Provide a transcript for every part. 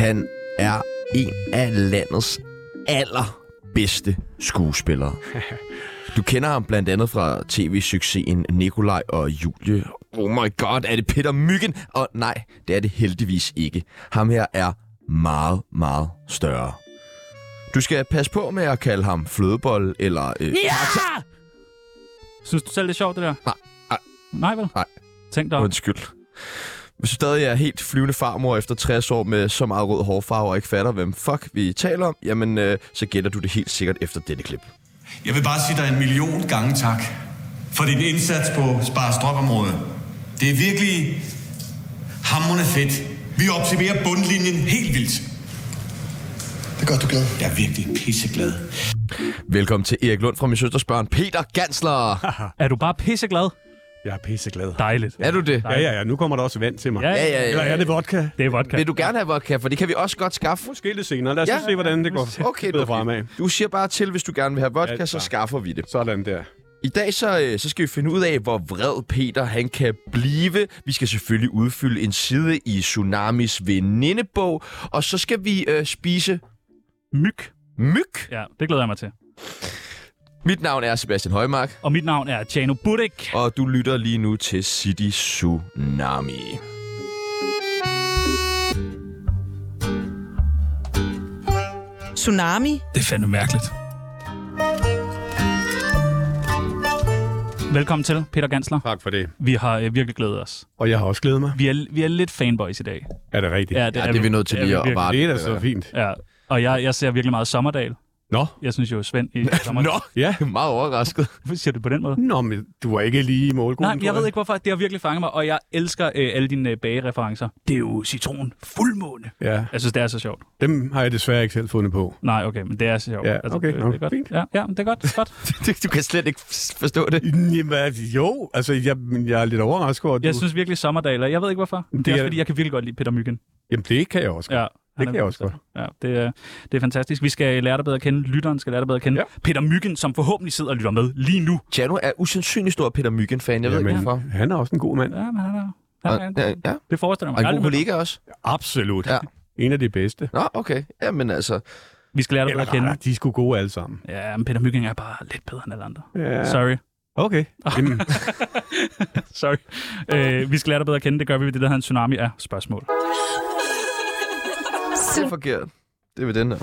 Han er en af landets allerbedste skuespillere. Du kender ham blandt andet fra tv-succesen Nikolaj og Julie. Oh my god, er det Peter Mygind? Og nej, det er det heldigvis ikke. Ham her er meget, meget større. Du skal passe på med at kalde ham flødebold eller... Ja! Synes du selv, det er sjovt, det der? Nej. Nej, vel? Nej. Tænk dig. Undskyld. Hvis du stadig er helt flyvende farmor efter 60 år med så meget rød hårfarve og ikke fatter, hvem fuck vi taler om, jamen så gætter du det helt sikkert efter dette klip. Jeg vil bare sige dig 1 million gange tak for din indsats på Sparestrop-området. Det er virkelig hamrende fedt. Vi optimerer bundlinjen helt vildt. Det er godt, du er glad. Jeg er virkelig pisseglad. Velkommen til Erik Lund fra Min Søsters Børn, Peter Gansler. Er du bare pisseglad? Jeg er pisseglad. Dejligt. Er du det? Ja. Nu kommer der også vand til mig. Ja. Eller er det vodka? Det er vodka. Vil du gerne have vodka? For det kan vi også godt skaffe. Måske lidt senere. Lad os se, hvordan det går. Okay. Du siger bare til, hvis du gerne vil have vodka, så skaffer vi det. Sådan der. I dag så skal vi finde ud af, hvor vred Peter han kan blive. Vi skal selvfølgelig udfylde en side i Tsunamis venindebog. Og så skal vi spise... Myg? Ja, det glæder jeg mig til. Mit navn er Sebastian Højmark. Og mit navn er Tjano Budik. Og du lytter lige nu til City Tsunami. Tsunami. Det er fandme mærkeligt. Velkommen til, Peter Gansler. Tak for det. Vi har virkelig glædet os. Og jeg har også glædet mig. Vi er lidt fanboys i dag. Er det rigtigt? Ja, det er vi nødt til lige at vare. Det er da så fint. Ja, og jeg ser virkelig meget Sommerdal. Nå. Jeg synes jo, Svend i Sommerdal. Nå, ja, meget overrasket. Hvorfor siger du på den måde? Nå, men du er ikke lige i målgruppen. Nej, jeg ved ikke hvorfor. Det har virkelig fanget mig, og jeg elsker alle dine bagereferencer. Det er jo citron fuldmåne. Ja. Jeg synes, det er så sjovt. Dem har jeg desværre ikke selv fundet på. Nej, okay, men det er så sjovt. Ja, okay. Det er godt. Fint. Ja, det er godt. Du kan slet ikke forstå det. Jamen, jo, altså jeg er lidt overrasket over, Jeg synes virkelig Sommerdal, og jeg ved ikke hvorfor. Det er også fordi, jeg kan virkelig godt lide Peter Mygind. Jamen, det kan jeg også godt. Ja. Det kan jeg også godt. Ja, det er fantastisk. Vi skal lære dig bedre at kende. Lytteren skal lære dig bedre at kende. Ja. Peter Mygind, som forhåbentlig sidder og lytter med lige nu. Tjano er usandsynlig stor Peter Mygind-fan. Jeg ved ikke hvorfor. Han er også en god mand. Ja, men han er. Ja. Det forestiller mig. Og en god kollega også. Absolut. Ja. En af de bedste. Nå, okay. Jamen altså... Vi skal lære dig bedre at kende. De er sgu gode alle sammen. Ja, men Peter Mygind er bare lidt bedre end alle andre. Ja. Sorry. Okay. Sorry. Vi skal lære dig bedre at kende. Det gør vi ved det, der hedder en tsunami af spørgsmål. Det er forkert. Det er ved den her.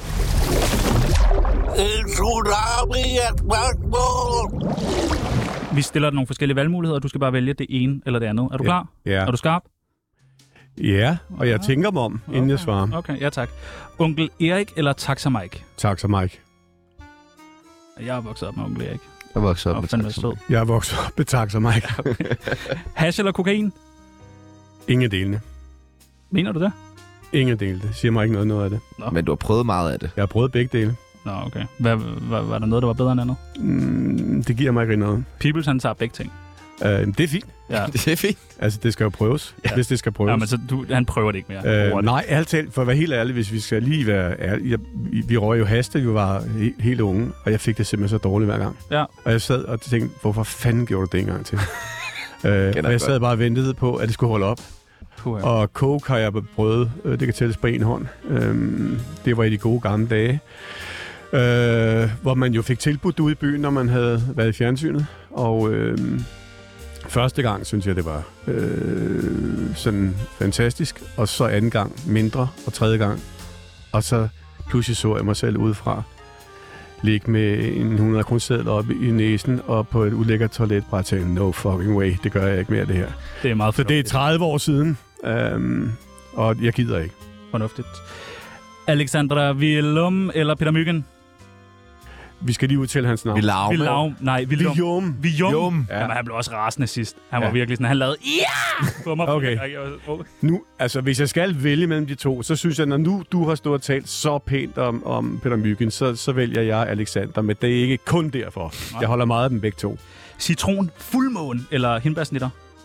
Vi stiller dig nogle forskellige valgmuligheder, og du skal bare vælge det ene eller det andet. Er du klar? Ja. Er du skarp? Ja, og jeg tænker mig om, inden jeg svarer. Okay, ja tak. Onkel Erik eller Taxa Mike? Taxa Mike. Jeg er vokset op med onkel Erik. Jeg voksede op med Taxa Mike. Jeg er vokset op med Taxa Mike. Hash eller kokain? Ingen delene. Mener du det? Ingen dele. Det siger mig ikke noget af det. Nå. Men du har prøvet meget af det. Jeg har prøvet begge dele. Nå, okay. Var der noget, der var bedre end andet? Det giver mig ikke noget. Peoples, han tager begge ting. Det er fint. Ja. Det er fint. Altså, det skal jo prøves, hvis det skal prøves. Ja, men så han prøver det ikke mere. Nej, ærligt talt, for at være helt ærlig, hvis vi skal lige være ærlige. Vi røg jo haste, vi var helt unge, og jeg fik det simpelthen så dårligt hver gang. Ja. Og jeg sad og tænkte, hvorfor fanden gjorde du det en gang til? Og jeg sad bare og ventede på, at det skulle holde op. Og coke har jeg prøvet, det kan tælles på en hånd. Det var i de gode gamle dage, hvor man jo fik tilbudt ude i byen, når man havde været i fjernsynet. Og første gang synes jeg, det var sådan fantastisk. Og så anden gang mindre, og tredje gang. Og så pludselig så jeg mig selv udefra ligge med en 100 kroneseddel op i næsen og på et ulækkert toilet bare tænke, no fucking way, det gør jeg ikke mere det her. Det er meget så det er 30 år siden, og jeg gider ikke. Fornuftigt. Alexandra Villum eller Peter Mygind? Vi skal lige udtale hans navn. Villum. Villum. Ja. Jamen, han blev også rasende sidst. Han var virkelig sådan, han lavede på mig. Okay. Nu, altså, hvis jeg skal vælge mellem de to, så synes jeg, når nu du har stået og talt så pænt om Peter Mygind, så vælger jeg Alexander, men det er ikke kun derfor. Jeg holder meget af dem begge to. Citron, fuldmåne eller hindbærsnitter?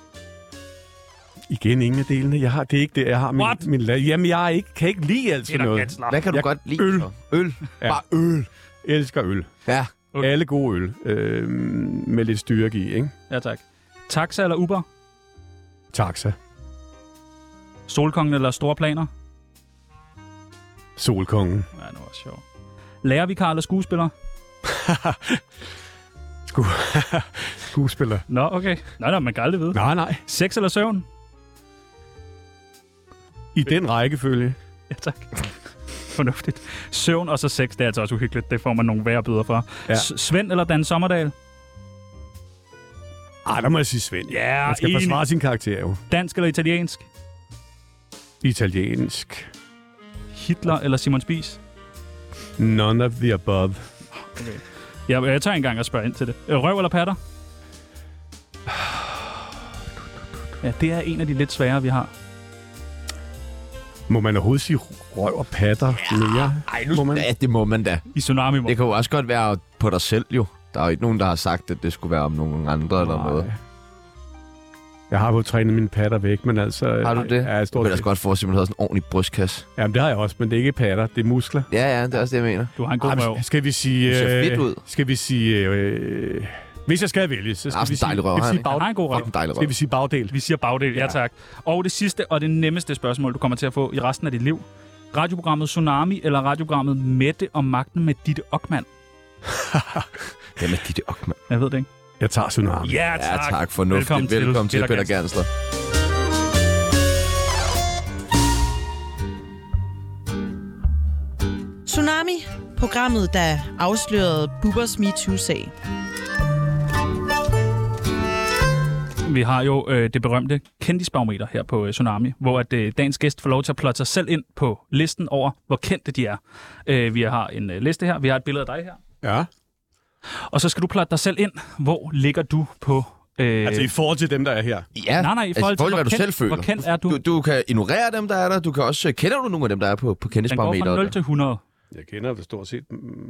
Igen ingen af delene. Det er ikke det, jeg har min jamen, jeg kan ikke lide alt sådan noget. Hvad kan du godt lide? Øl. Ja. Bare øl. Jeg elsker øl. Ja. Okay. Alle gode øl. Med lidt styrke i, ikke? Ja, tak. Taxa eller Uber? Taxa. Solkongen eller Store Planer? Solkongen. Ja, det var sjovt. Lærervikar eller skuespiller? Skuespiller. Nå, okay. Nej, man kan aldrig vide. Nej. Sex eller søvn? I den rækkefølge. Ja, tak. Fornuftigt. Søvn og så sex, det er altså også uhyggeligt. Det får man nogle værre bøder for. Ja. Svend eller Dan Sommerdal? Der må jeg sige Svend. Ja, man skal forsvare sin karakter jo. Dansk eller italiensk? Italiensk. Hitler eller Simon Spies? None of the above. Okay. Jeg tager en gang og spørger ind til det. Røv eller patter? Ja, det er en af de lidt svære, vi har. Må man overhovedet sige røv og patter mere? Ej, nu må man. Ja, det må man da. I Tsunami må. Det kan jo også godt være på dig selv, jo. Der er jo ikke nogen, der har sagt, at det skulle være om nogen andre eller noget. Jeg har jo trænet mine patter væk, men altså... Har du det? Ja, jeg vil da godt forestille, at man havde sådan en ordentlig brystkasse. Jamen, det har jeg også, men det er ikke patter, det er muskler. Ja, det er også det, jeg mener. Du har en god røv. Skal vi sige... Det ser fedt ud. Skal vi sige... hvis jeg skal vælge, så skal vi sige... Røv, han har en god røv. Skal vi sige bagdel? Vi siger bagdel, ja tak. Og det sidste og det nemmeste spørgsmål, du kommer til at få i resten af dit liv. Radioprogrammet Tsunami eller radioprogrammet Mette og Magten med Ditte Okman? Ja, med Ditte Okman. Jeg ved det ikke. Jeg tager Tsunami. Ja, tak. Ja, tak. Fornuftigt. Velkommen til Peter Gansler. Tsunami, programmet, der afslørede Bubbers MeToo-sag. Vi har jo det berømte kendisbarometer her på Tsunami, hvor at dagens gæst får lov til at plotte sig selv ind på listen over, hvor kendte de er. Vi har en liste her. Vi har et billede af dig her. Ja. Og så skal du plotte dig selv ind. Hvor ligger du på... Altså i forhold til dem, der er her? Ja, nej, i forhold til, hvad du selv føler. Hvor kendt er du? Du kan ignorere dem, der er der. Du kan også... Kender du nogle af dem, der er på kendisbarometeret? Den går fra 0 til 100. Jeg kender det stort set.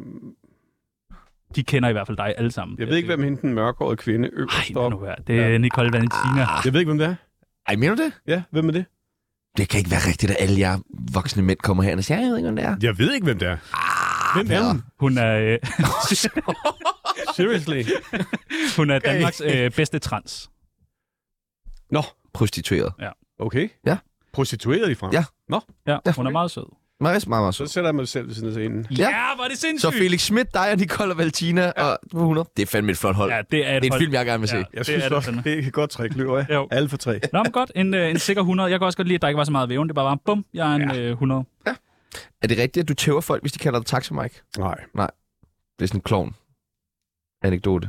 De kender i hvert fald dig alle sammen. Jeg ved ikke, hvem hende den mørkhårede kvinde øverst op. Det er Nicole Valentina. Jeg ved ikke, hvem det er. Ej, mener du det? Ja, hvem er det? Det kan ikke være rigtigt, at alle jer voksne mænd kommer her og siger, jeg ved ikke, hvem det er. Jeg ved ikke, hvem det er. Hvem er hun? Hun er... Seriously? Hun er Danmarks bedste trans. Nå. Prostitueret. Ja. Okay. Ja. Prostitueret i frem? Ja. Nå. Ja, hun er meget sød. Meget Så sætter jeg mig selv ved sådan en. Ja, var det sindssygt. Så Felix Schmidt, dig og Nicole Valentina og 100. Det er fandme et flot hold. Ja, det er en film, jeg gerne vil se. Jeg synes også, det er et godt træk, løber jeg. Jo. Alle for 3. Nå, men godt. En sikker 100. Jeg kan også godt lide, at der ikke var så meget væven. Det bare var, bum, jeg er en 100. Ja. Er det rigtigt, at du tæver folk, hvis de kalder dig Taxa Mike? Nej. Det er sådan en klovn. Anekdote.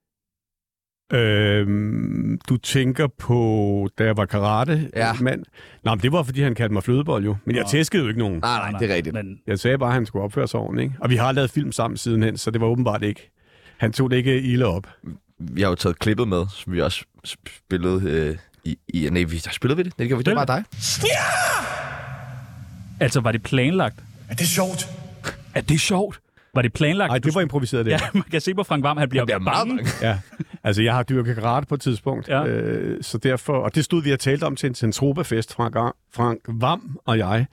Du tænker på, da jeg var karate-mand? Nej, men det var, fordi han kaldte mig flødebold jo. Men jeg tæskede jo ikke nogen. Nej, det er rigtigt. Men... Jeg sagde bare, at han skulle opføre sig ordentligt. Ikke? Og vi har lavet film sammen sidenhen, så det var åbenbart ikke. Han tog det ikke ilde op. Vi har jo taget klippet med, som vi også spillede nej, vi har spillet ved det. Det var bare dig. Ja! Altså, var det planlagt? Er det sjovt? Er det sjovt? Var det planlagt? Nej, det var improviseret det. Ja, man kan se på Frank Hvam, han bliver bange. Ja, altså jeg har dyrket karate på et tidspunkt, så derfor, og det stod vi og talte om til en Centropa-fest, Frank Hvam og jeg.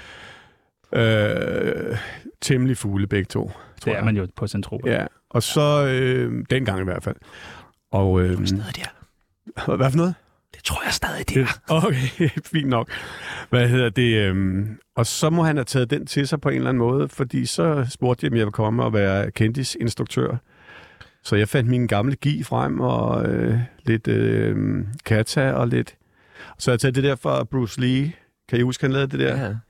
Temmelig fugle begge to. Det er man jo på Centropa. Ja, og så dengang i hvert fald. Og, det var stadig der. Hvad for noget? Det tror jeg stadig, det er. Okay, fint nok. Hvad hedder det? Og så må han have taget den til sig på en eller anden måde, fordi så spurgte jeg, om jeg ville komme og være kendisinstruktør. Så jeg fandt min gamle gi frem, og lidt kata og lidt... Så jeg taget det der fra Bruce Lee. Kan I huske, han lavede det der? Ja.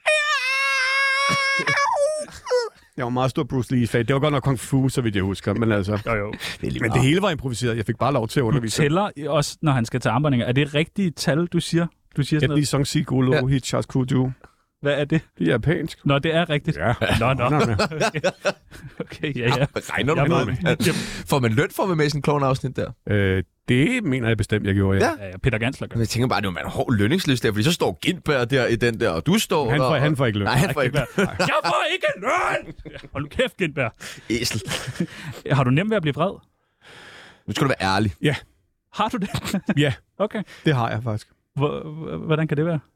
Jeg var meget stor Bruce Lee-fan. Det var godt nok kung fu, så vidt jeg husker. Men altså, jo. Men det hele var improviseret. Jeg fik bare lov til at undervise. Du tæller også, når han skal tage armbåndinger. Er det rigtige tal, du siger? Du siger sådan noget? Song Si Golo Hichas Kuju. Hvad er det? Det er japansk. Nå, det er rigtigt. Ja. Nå. Okay, ja. Regner du med? Får man løn for at være med i sådan en klovn-afsnit der? Det mener jeg bestemt, jeg gjorde, ja. Peter Gansler gør. Jeg tænker bare, at det er en hård lønningsliste der, fordi så står Gindberg der i den der, og du står der. Han får ikke løn. Nej, han får ikke løn. Jeg får ikke løn! Hold nu kæft, Gindberg. Æsel. Har du nemt ved at blive vred? Nu skal du være ærlig. Ja. Har du det? Ja. Okay. Det har jeg faktisk. Hvordan kan det være?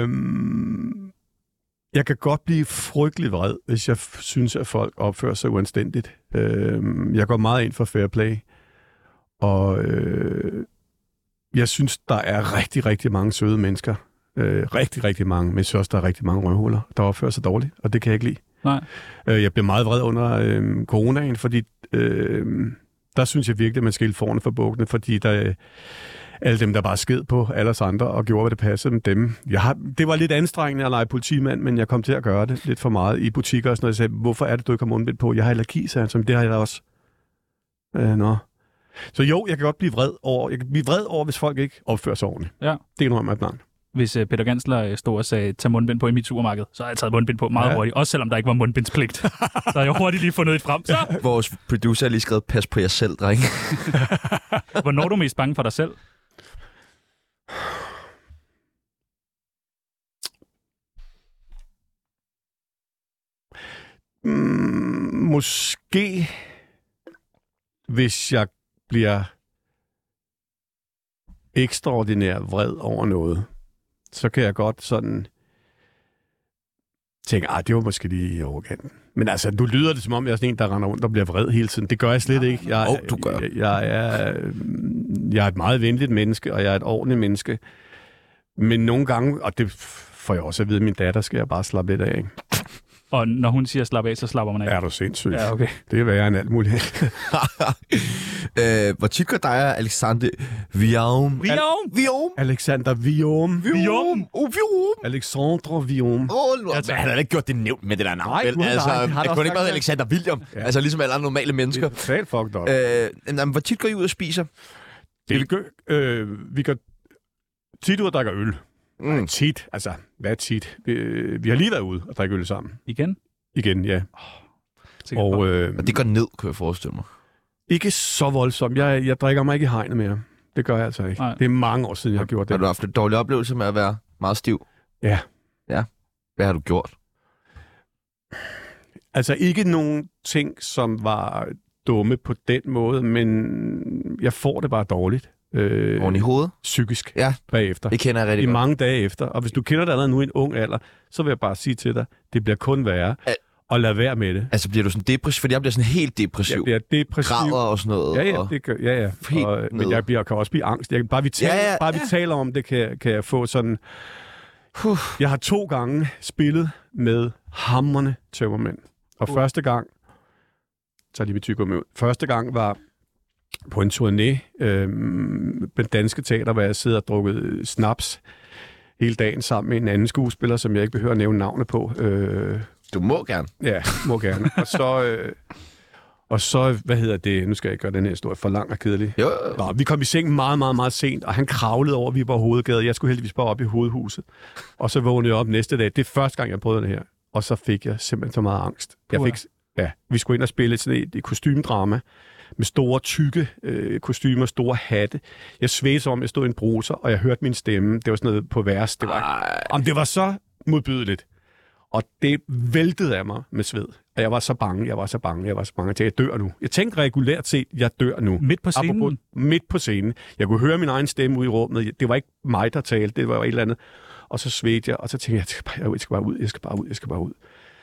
Jeg kan godt blive frygtelig vred, hvis jeg synes, at folk opfører sig uanstændigt. Jeg går meget ind for fair play. Og jeg synes, der er rigtig, rigtig mange søde mennesker Rigtig, rigtig mange. Men jeg synes også, der er rigtig mange røvhuller, der opfører sig dårligt, og det kan jeg ikke lide. Nej. Jeg blev meget vred under coronaen, fordi der synes jeg virkelig, at man skal helt foran for bukkene, fordi der alle dem, der bare sked på alle os andre og gjorde, hvad det passede med dem. Det var lidt anstrengende at lege politimand, men jeg kom til at gøre det lidt for meget i butikker og sådan noget. Jeg sagde, hvorfor er det, du ikke har mundbind på? Jeg har allergi, sagde han, som det har jeg da også. Så jo, jeg kan godt blive vred over, hvis folk ikke opfører sig ordentligt. Ja. Det indrømmer jeg blankt. Hvis Peter Gansler stod og sagde, tag mundbind på i mit supermarked, så har jeg taget mundbind på meget hurtigt. Også selvom der ikke var mundbindspligt. Så har jeg hurtigt lige fundet et frem. Så. Vores producer har lige skrevet, pas på jer selv, dreng. Hvornår er du mest bange for dig selv? Måske, hvis jeg bliver ekstraordinært vred over noget, så kan jeg godt sådan tænke, det var måske lige i overkanten. Men altså, du lyder det som om, jeg er sådan en, der render rundt og bliver vred hele tiden. Det gør jeg slet ikke. Du gør. Jeg er et meget venligt menneske, og jeg er et ordentligt menneske. Men nogle gange, og det får jeg også at vide, min datter skal jeg bare slappe lidt af, ikke? Og når hun siger slap af, så slapper man af? Er du sindssygt? Ja, okay. Det er værre end alt muligt. Hvor tit gør dig og Alexander Vium? Alexander Vium. Alexandre Vium. Han har ikke gjort det nævnt med det der navn. Nej, jeg kunne ikke bare Alexander William. Ja. Altså ligesom alle andre normale mennesker. Det er totalt fucked up. Hvor tit går I ud og spiser? Vi går tit ud og drikker øl. Tit. Altså, hvad er tit? Vi har lige været ude og drikke øl sammen. Igen, ja. Og det går ned, kan jeg forestille mig. Ikke så voldsomt. Jeg drikker mig ikke i hegnet mere. Det gør jeg altså ikke. Nej. Det er mange år siden, jeg har gjort det. Har du haft en dårlig oplevelse med at være meget stiv? Ja. Hvad har du gjort? Altså ikke nogen ting, som var dumme på den måde, men jeg får det bare dårligt. Oven i hovedet? Psykisk. Ja. Bagefter. Det kender jeg rigtig godt. I mange dage efter. Og hvis du kender det allerede nu i en ung alder, så vil jeg bare sige til dig, det bliver kun værre. Og lad være med det. Altså bliver du sådan depressiv? Fordi jeg bliver sådan helt depressiv. Jeg bliver depressiv. Græder og sådan noget. Ja, det gør, ja. Men jeg kan også blive angst. Bare vi taler om det, kan jeg få sådan... Jeg har 2 gange spillet med hamrende tømmermænd. Og første gang... Så lige mit tyggegummi ud. Første gang var på en turné på Danske Teater, hvor jeg sidder og drukket snaps hele dagen sammen med en anden skuespiller, som jeg ikke behøver at nævne navnet på. Du må gerne. Ja, må gerne. Og så, hvad hedder det? Nu skal jeg ikke gøre den her historie for lang og kedelig. Jo. Vi kom i seng meget, meget, meget sent, og han kravlede over Viborg Hovedgade. Jeg skulle heldigvis bare op i hovedhuset. Og så vågnede jeg op næste dag. Det er første gang, jeg prøvede det her. Og så fik jeg simpelthen så meget angst. Vi skulle ind og spille sådan et kostymedrama med store, tykke kostymer, store hatte. Jeg svedte om, jeg stod i en bruser, og jeg hørte min stemme. Det var sådan noget på vers. Det var så modbydeligt. Og det væltede af mig med sved. Og jeg var så bange. Jeg dør nu. Jeg tænkte regulært set, jeg dør nu. Midt på scenen? Apropos, midt på scenen. Jeg kunne høre min egen stemme ude i rummet. Det var ikke mig, der talte. Det var et eller andet. Og så svedte jeg, og så tænkte jeg skal bare ud.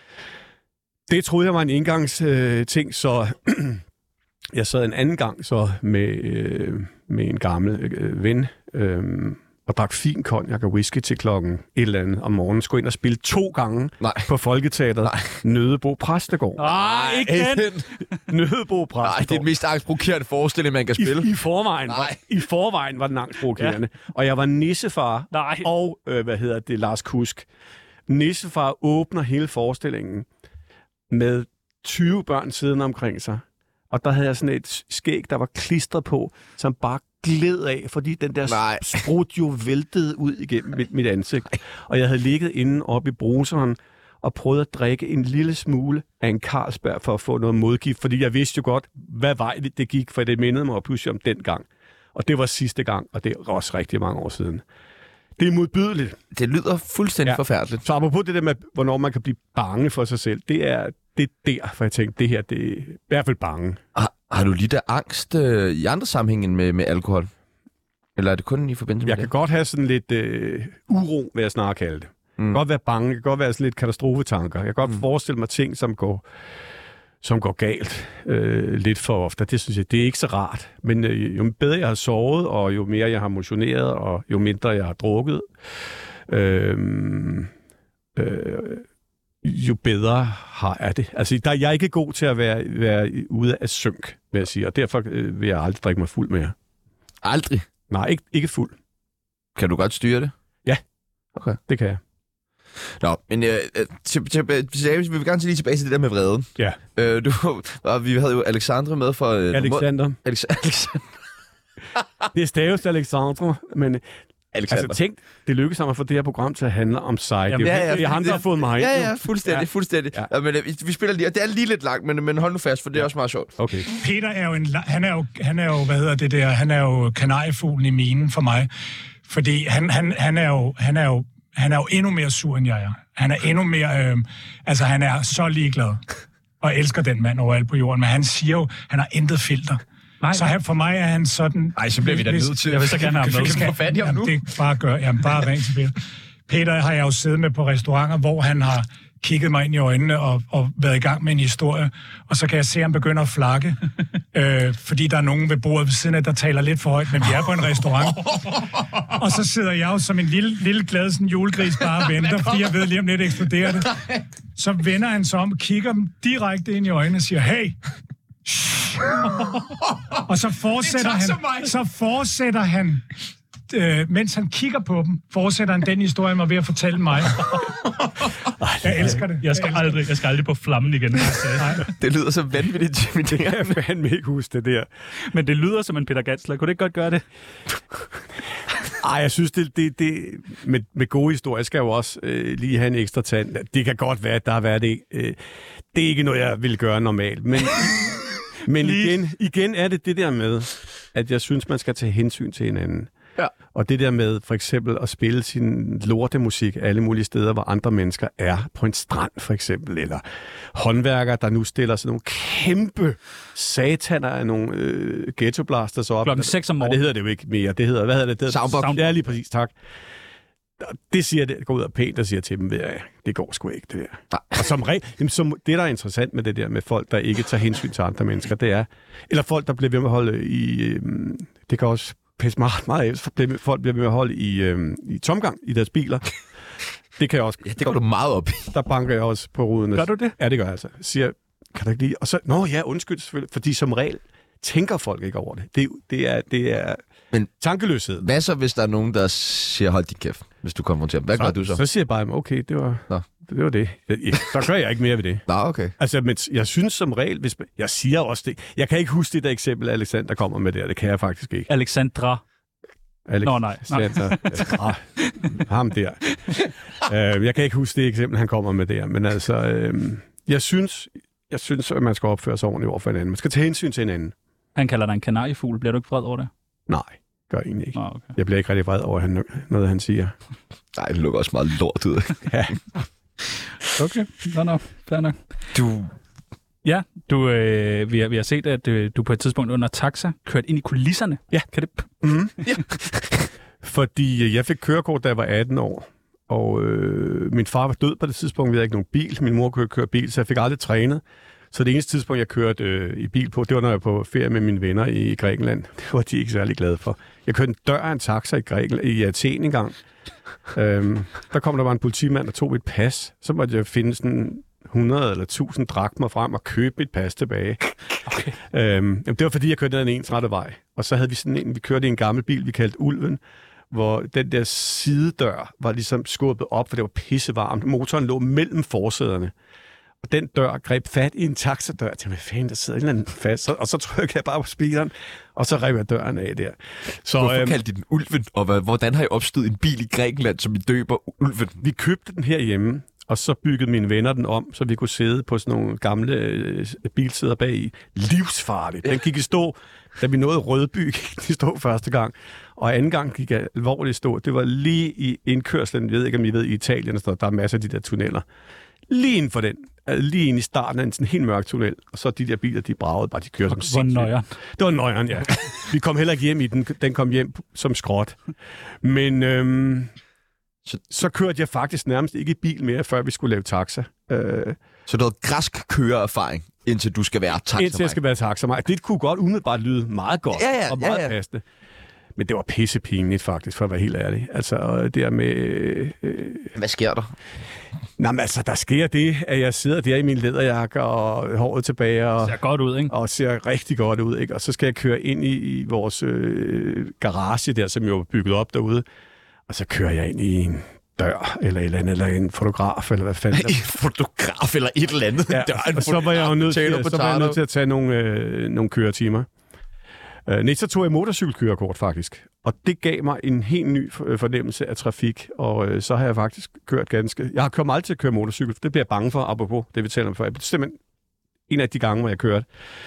Det troede jeg var en engangsting, så jeg sad en anden gang så med en gammel ven og drak fin cognac og whisky til klokken et eller andet om morgenen. Skulle ind og spille 2 gange på Folketeateret. Nødebo Præstegård. Igen! Nødebo Præstegård. Nej, det er den mest angstprovokerende forestilling, man kan spille. I forvejen var den angstprovokerende. Ja. Og jeg var nissefar og, Lars Kusk. Nissefar åbner hele forestillingen med 20 børn siddende omkring sig. Og der havde jeg sådan et skæg, der var klistret på, som bare gled af, fordi den der sprut jo væltede ud igennem mit ansigt. Og jeg havde ligget inde oppe i bruseren og prøvet at drikke en lille smule af en Carlsberg for at få noget modgift, fordi jeg vidste jo godt, hvad vej det gik, for det mindede mig pludselig om den gang. Og det var sidste gang, og det er også rigtig mange år siden. Det er modbydeligt. Det lyder fuldstændig forfærdeligt. Så apropos det der med, hvornår man kan blive bange for sig selv, det er derfor jeg tænkte, det her, det er i hvert fald bange. Har du lidt af angst i andre sammenhænge med alkohol? Eller er det kun i forbindelse med det? Jeg kan godt have sådan lidt uro, hvad jeg snart kalde det. Jeg kan godt være bange, jeg kan godt være sådan lidt katastrofetanker. Jeg kan godt forestille mig ting, som går galt lidt for ofte. Det synes jeg, det er ikke så rart. Men jo bedre jeg har sovet, og jo mere jeg har motioneret, og jo mindre jeg har drukket, jo bedre er det. Altså, jeg er ikke god til at være ude af synk, vil jeg sige, og derfor vil jeg aldrig drikke mig fuld mere. Aldrig? Nej, ikke fuld. Kan du godt styre det? Ja, okay. Det kan jeg. Nå, men vi vil gerne lige tilbage til det der med vreden. Ja. Vi havde jo Alexandre med for... Alexander. Alexander. Det staves Alexandre, men... Alexander. Altså tænk, det lykkedes ham at få det her program til at handle om sig. Jamen, det er ham, der har fået mig. Ja, fuldstændig. Ja. Men vi spiller lige, og det er lige lidt langt, men hold nu fast, for det er også meget sjovt. Okay. Peter er jo han er jo kanariefuglen i minen for mig, fordi han er jo endnu mere sur, end jeg er. Han er endnu mere, han er så ligeglad og elsker den mand overalt på jorden, men han siger jo, han har intet filter. Nej. Så for mig er han sådan... Nej, så bliver vi da nødt til. Jeg vil så gerne have med. Få fat i ham nu. Det bare rent til Peter. Peter har jeg jo siddet med på restauranter, hvor han har kigget mig ind i øjnene og været i gang med en historie, og så kan jeg se, at han begynder at flakke, fordi der er nogen ved bordet ved siden af, der taler lidt for højt, men vi er på en restaurant. Og så sidder jeg jo som en lille glad sådan julegris bare og venter, fordi jeg ved lige om lidt eksploderer det. Så vender han sig om og kigger dem direkte ind i øjnene og siger, hey! Og så fortsætter han, mens han kigger på dem, fortsætter han den historie, han var ved at fortælle mig. Jeg elsker det. Jeg skal aldrig på flammen igen. Det lyder så vanvittigt. Det kan jeg fandme ikke huske det der. Men det lyder som en Peter Gansler. Kunne det ikke godt gøre det? Ej, jeg synes, det med gode historier skal jo også lige have en ekstra tand. Det kan godt være, at der har været det. Det er ikke noget, jeg vil gøre normalt. Men igen er det der med, at jeg synes, man skal tage hensyn til hinanden. Ja. Og det der med for eksempel at spille sin lortemusik alle mulige steder, hvor andre mennesker er. På en strand for eksempel, eller håndværkere, der nu stiller sådan nogle kæmpe sataner af nogle ghettoblasters op. Klokken 6 om morgenen. Det hedder det jo ikke mere. Det hedder, hvad hedder det? Soundbox. Ja, lige præcis, tak. Det siger det, går ud af pænt og siger til dem, det går sgu ikke, det der. Og som regel, det der er interessant med det der med folk, der ikke tager hensyn til andre mennesker, det er, eller folk, der bliver ved med at holde i, det kan også pisse meget af, folk bliver ved med at holde i tomgang i deres biler. Det kan jeg også. Ja, det går du meget op i. Der banker jeg også på ruden. Gør du det? Ja, det gør jeg altså. Siger, kan du ikke lide? Og så, undskyld selvfølgelig, fordi som regel tænker folk ikke over det. Det er men tankeløshed. Hvad så, hvis der er nogen, der siger, hold din kæft, hvis du konfronterer dem? Hvad gør du så? Så siger jeg bare, okay, det var det. Så gør jeg ikke mere ved det. Nå, okay. Altså, men jeg synes som regel, hvis jeg siger også det. Jeg kan ikke huske det der eksempel, Alexander kommer med der. Det kan jeg faktisk ikke. Alexandra. Nej. Ham der. Jeg kan ikke huske det eksempel, han kommer med der. Men altså, jeg synes, at man skal opføre sig ordentligt over for hinanden. Man skal tage hensyn til hinanden. Han kalder dig en kanariefugl. Bliver du ikke vred over det? Nej, gør egentlig ikke. Okay. Jeg bliver ikke rigtig vred over noget, han siger. Nej, det lukker også meget lort ud. Ja. Okay, fair nok. Ja, vi har set, at du på et tidspunkt under taxa kørte ind i kulisserne. Ja. Kan det? Mm-hmm. Ja. Fordi jeg fik kørekort, da jeg var 18 år. Og min far var død på det tidspunkt. Vi havde ikke nogen bil. Min mor kunne køre bil, så jeg fik aldrig trænet. Så det eneste tidspunkt, jeg kørte i bil på, det var, når jeg var på ferie med mine venner i Grækenland. Det var de ikke særlig glade for. Jeg kørte en dør af en taxa i Athen engang. Der kom der bare en politimand, der tog mit pas. Så måtte jeg finde sådan 100 eller 1000 drakmer frem og købe mit pas tilbage. Okay. Det var, fordi jeg kørte den ensrette vej. Og så havde vi sådan en, vi kørte i en gammel bil, vi kaldte Ulven, hvor den der sidedør var ligesom skubbet op, for det var pissevarmt. Motoren lå mellem forsæderne. Og den dør greb fat i en taxadør til, hvad fanden, der sidder en eller anden fast. Og så trykker jeg bare på speederen, og så rev jeg døren af der. Så, hvorfor kaldte I den Ulven, og hvordan har I opstået en bil i Grækenland, som I døber Ulven? Vi købte den herhjemme, og så byggede mine venner den om, så vi kunne sidde på sådan nogle gamle bilsæder bag i. Livsfarligt. Den gik i stå, da vi nåede Rødby, gik i stå første gang. Og anden gang gik jeg alvorligt i stå. Det var lige i indkørslen, jeg ved ikke, om I ved, i Italien, der er masser af de der tunneller. Lige inden for den, lige inde i starten af en sådan helt mørk tunnel, og så de der biler, de bragede bare, de kørte som sindssygt. Det var nøjeren, ja. Vi kom heller ikke hjem i den, den kom hjem som skrot. Men så kørte jeg faktisk nærmest ikke i bil mere, før vi skulle lave taxa. Så du havde græsk køreerfaring, indtil du skal være taxa. Indtil jeg skal være taxa. Det kunne godt umiddelbart lyde meget godt og meget passende. Men det var pissepinligt faktisk, for at være helt ærlig. Altså, det med... Hvad sker der? Nå, men altså, der sker det, at jeg sidder der i min læderjakke og håret tilbage. Og ser godt ud, ikke? Og ser rigtig godt ud, ikke? Og så skal jeg køre ind i vores garage der, som jo er bygget op derude. Og så kører jeg ind i en dør, eller en fotograf, eller hvad fanden. En fotograf, eller et eller andet. Ja, og så var jeg jo nødt til at tage nogle køretimer. Så tog jeg motorcykelkørekort, faktisk. Og det gav mig en helt ny fornemmelse af trafik, og så har jeg faktisk kørt ganske... Jeg har kørt meget til at køre motorcykel, det bliver jeg bange for, apropos det, vi taler om før. Det er simpelthen en af de gange, hvor jeg kørte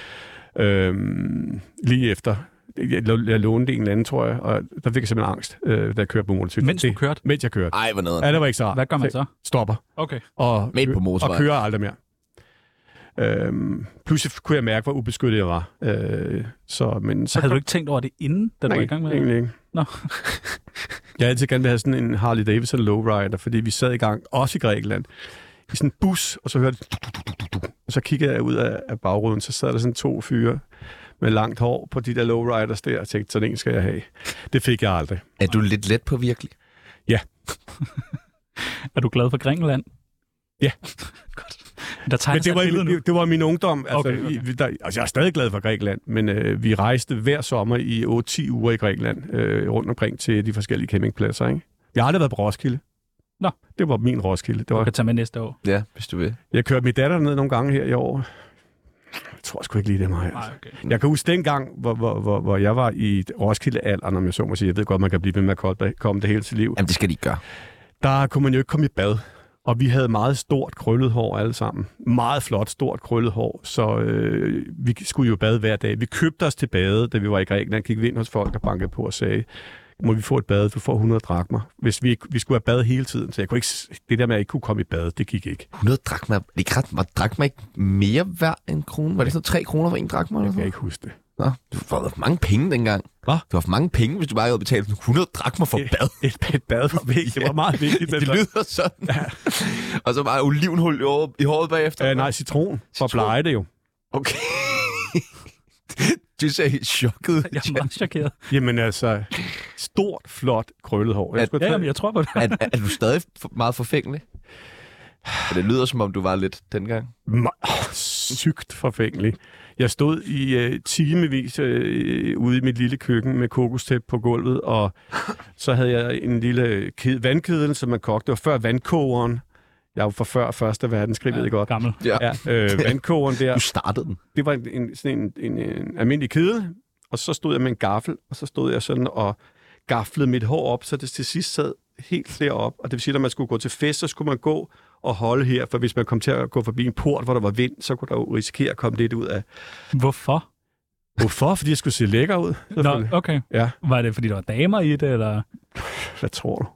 lige efter. Jeg lånte en eller anden, tror jeg, og der fik jeg simpelthen angst, da jeg kørte på motorcykel. Mens du kørte? Mens jeg kørte. Ej, hvor noget. Ja, det var ikke så rart. Hvad gør man så? Stopper. Okay. Og kører aldrig mere. Pludselig kunne jeg mærke, hvor ubeskyttet jeg var. Så havde du ikke tænkt over det inden, da du var i gang med det? Egentlig ikke. Nå. Jeg havde altid gerne vil have sådan en Harley Davidson lowrider, fordi vi sad i gang, også i Grækenland, i sådan en bus, og så hørte og så kiggede jeg ud af bagruden, så sad der sådan 2 fyre med langt hår på de der lowriders der, og tænkte, sådan en skal jeg have. Det fik jeg aldrig. Er du lidt let på virkelig? Ja. Er du glad for Grækenland? Ja. Godt. Men det var min ungdom. Altså, okay. Jeg er stadig glad for Grækenland, men vi rejste hver sommer i 8-10 uger i Grækenland, rundt omkring til de forskellige campingpladser. Ikke? Jeg har aldrig været på Roskilde. Nå. Det var min Roskilde. Du kan tage med næste år. Ja, hvis du vil. Jeg kørte min datter ned nogle gange her i år. Jeg tror sgu ikke lige det er mig. Altså. Okay. Jeg kan huske dengang, hvor jeg var i Roskilde-alderen, om jeg så må sige. Jeg ved godt, man kan blive ved med at komme det hele til liv. Jamen, det skal de ikke gøre. Der kunne man jo ikke komme i bad. Og vi havde meget stort krøllet hår alle sammen. Meget flot, stort krøllet hår. Så vi skulle jo bade hver dag. Vi købte os til bade, da vi var i Grækenland. Gik vi ind hos folk, der bankede på og sagde, må vi få et bad? Du får 100 drakmer. Hvis vi skulle have bad hele tiden. Så jeg kunne ikke, det der med, at jeg ikke kunne komme i bad, det gik ikke. 100 drakmer? Var drakmer ikke mere værd end kroner? Var det sådan 3 kroner for en drakmer? Jeg kan ikke huske det. Nå, du var for mange penge dengang. Hvad? Du var for mange penge, hvis du bare havde betalt 100 drakmer for bad. Et bad for vigtigt. Det var meget vigtigt. Det lyder sådan. Ja. Og så bare olivenhul i håret bagefter. Nej, citron. For at blege det jo. Okay. Du ser helt chokket. Jeg er meget chokeret. Jamen altså, stort, flot, krøllet hår. Jeg tror på det. Er du stadig meget forfængelig? Det lyder, som om du var lidt dengang. Sygt forfængelig. Jeg stod i timevis ude i mit lille køkken med kokostæp på gulvet, og så havde jeg en lille vandkedel, som man kogte. Det var før vandkogeren. Jeg var før Første Verdenskrig, ved jeg godt. Gammel. Ja, vandkogeren der. Du startede den. Det var en almindelig kedel, og så stod jeg med en gaffel, og så stod jeg sådan og gaflede mit hår op, så det til sidst sad helt derop. Og det vil sige, at når man skulle gå til fest, så skulle man gå og holde her, for hvis man kom til at gå forbi en port, hvor der var vind, så kunne der jo risikere at komme lidt ud af... Hvorfor? Hvorfor? Fordi jeg skulle se lækker ud. Nå, okay. Ja. Var det, fordi der var damer i det, eller? Hvad tror du?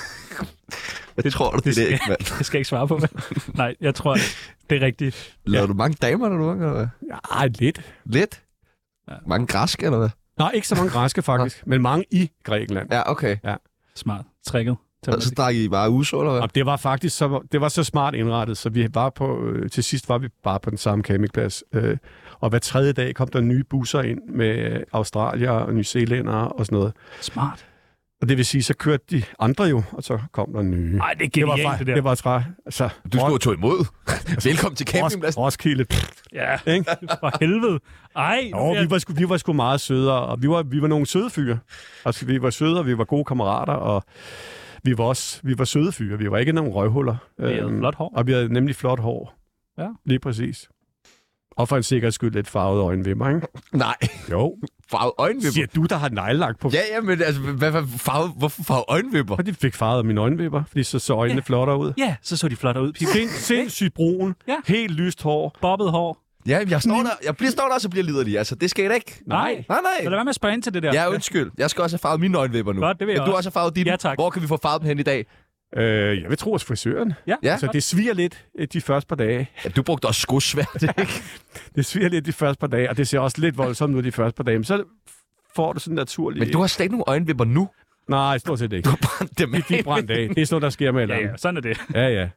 Hvad tror du, det er ikke, mand? Det skal jeg ikke svare på. Nej, jeg tror, det er rigtigt. Lavede du mange damer, når du var eller hvad? Ja, lidt. Lidt? Ja. Mange græske, eller hvad? Nej, ikke så mange græske, faktisk. Men mange i Grækenland. Ja, okay. Ja. Smart. Tricket. Og så drak I bare uso, eller hvad? Og det var faktisk så smart indrettet, så vi var til sidst var vi bare på den samme campingplads. Og hver tredje dag kom der nye busser ind med Australier og New Zealandere og sådan noget. Smart. Og det vil sige, så kørte de andre jo, og så kom der nye. Nej, det er genialt, det der. Det var træ. Altså, du skulle jo tage imod. Velkommen til campingpladsen. Roskilde. Ja, for helvede. Ej. Vi var sgu meget søde, og vi var nogle søde fyre. Altså, vi var søde, og vi var gode kammerater, og vi var søde fyre. Vi var ikke nogen røvhuller. Vi havde flot hår. Og vi havde nemlig flot hår. Ja. Lige præcis. Og for en sikkerheds skyld lidt farvede øjenvipper, ikke? Nej. Jo. Farvede øjenvipper? Siger du, der har neglelak på? Ja, men altså, hvorfor farvede øjenvipper? Fordi de fik farvet mine øjenvipper, fordi så øjnene flottere ud. Ja, så de flottere ud. Sindssygt brun, helt lyst hår. Bobbet hår. Ja, jeg står der, og så bliver liderlig. Altså, det skal jeg ikke. Nej. Så lad være med at spørge ind til det der. Ja, undskyld. Jeg skal også have farvet mine øjenvipper nu. Godt, det vil jeg du også have farvet dine. Ja, tak. Hvor kan vi få farvet dem hen i dag? Jeg vil tro hos frisøren. Ja. Altså, det sviger lidt de første par dage. Ja, du brugte også skosvært, ikke? Det sviger lidt de første par dage, og det ser også lidt voldsomt ud de første par dage. Men så får du sådan naturligt... Men du har slet ikke nogen øjenvipper nu? Nej, stort set ikke. Du har brændt dem af. De er brændt af. Det er sådan noget, der sker med ja, sådan er det. Ja.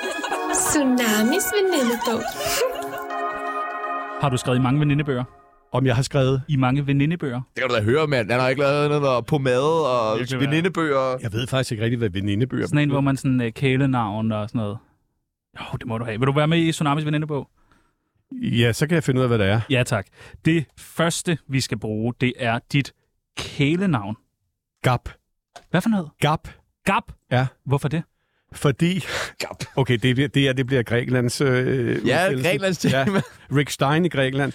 Tsunamis venindebog. Har du skrevet i mange venindebøger? Om jeg har skrevet... I mange venindebøger. Det kan du da høre, mand. Han har ikke lavet noget pomade og venindebøger. Jeg ved faktisk ikke rigtig, hvad venindebøger... Sådan en, hvor man sådan kælenavn og sådan noget. Jo, det må du have. Vil du være med i Tsunamis venindebog? Ja, så kan jeg finde ud af, hvad det er. Ja, tak. Det første, vi skal bruge, det er dit kælenavn. Gap. Hvad for noget? Gap. Gap? Ja. Hvorfor det? Fordi... Gap. Okay, det bliver Grækenlands... Ja, Grækenlands tema. Ja, Rick Stein i Grækenland.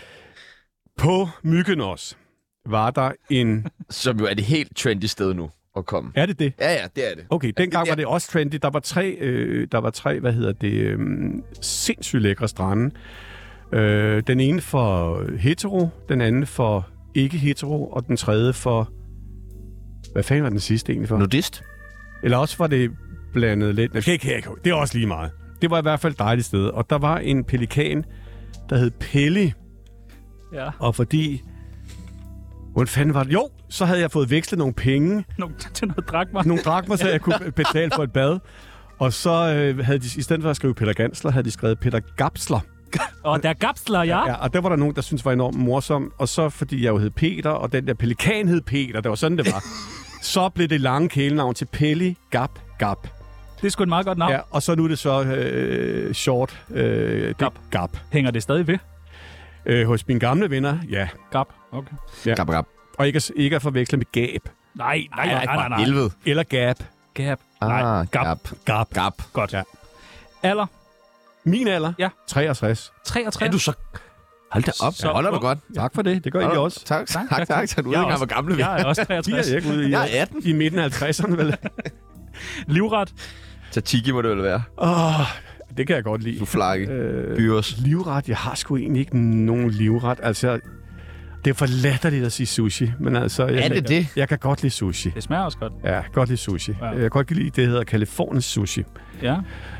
På Mykonos var der en... Som jo er det helt trendy sted nu at komme. Er det det? Ja, det er det. Okay, dengang var det også trendy. Der var tre sindssygt lækre strande. Den ene for hetero, den anden for ikke hetero, og den tredje for... Hvad fanden var den sidste egentlig for? Nudist? Eller også var det blandet lidt... Det er også lige meget. Det var i hvert fald et dejligt sted. Og der var en pelikan, der hed Pelli. Ja. Og fordi... Hvordan fanden var det? Jo, så havde jeg fået vekslet nogle penge. Til noget drakmer. Nogle drakmer, så jeg kunne betale for et bad. Og så havde de, i stedet for at skrive Peter Gansler, havde de skrevet Peter Gapsler. Og der er Gapsler, ja. Ja, og der var der nogen, der syntes var enormt morsom. Og så, fordi jeg jo hed Peter, og den der pelikan hed Peter, det var sådan, det var. Så blev det lange kælenavn til Pelli Gap. Det er sgu et meget godt navn. Ja, og så nu er det så short Gap. Hænger det stadig ved? Hos mine gamle venner, ja. Gap, okay. Ja. Gap. Og ikke at forveksle med Gab. Nej. Helvede. Eller Gab. Gap. Nej, Gap. Godt. Ja. Alder? Min alder? Ja. 63. 63? Er du så... Hold da op, så holder du godt. Tak for det. Det gør I også. Tak. Så er du ude i hvor gamle vi er. Jeg er også 63. Jeg er 18. I midten af 50'erne, vel? Livret? Tatiki må det vel være. Det kan jeg godt lide. Du flakke. Byros. Livret? Jeg har sgu egentlig ikke nogen livret. Altså, det er for latterligt at sige sushi. Men altså, jeg kan godt lide sushi. Det smager også godt. Ja, jeg kan godt lide sushi. Ja. Jeg kan godt lide, det hedder Californisk sushi. Ja.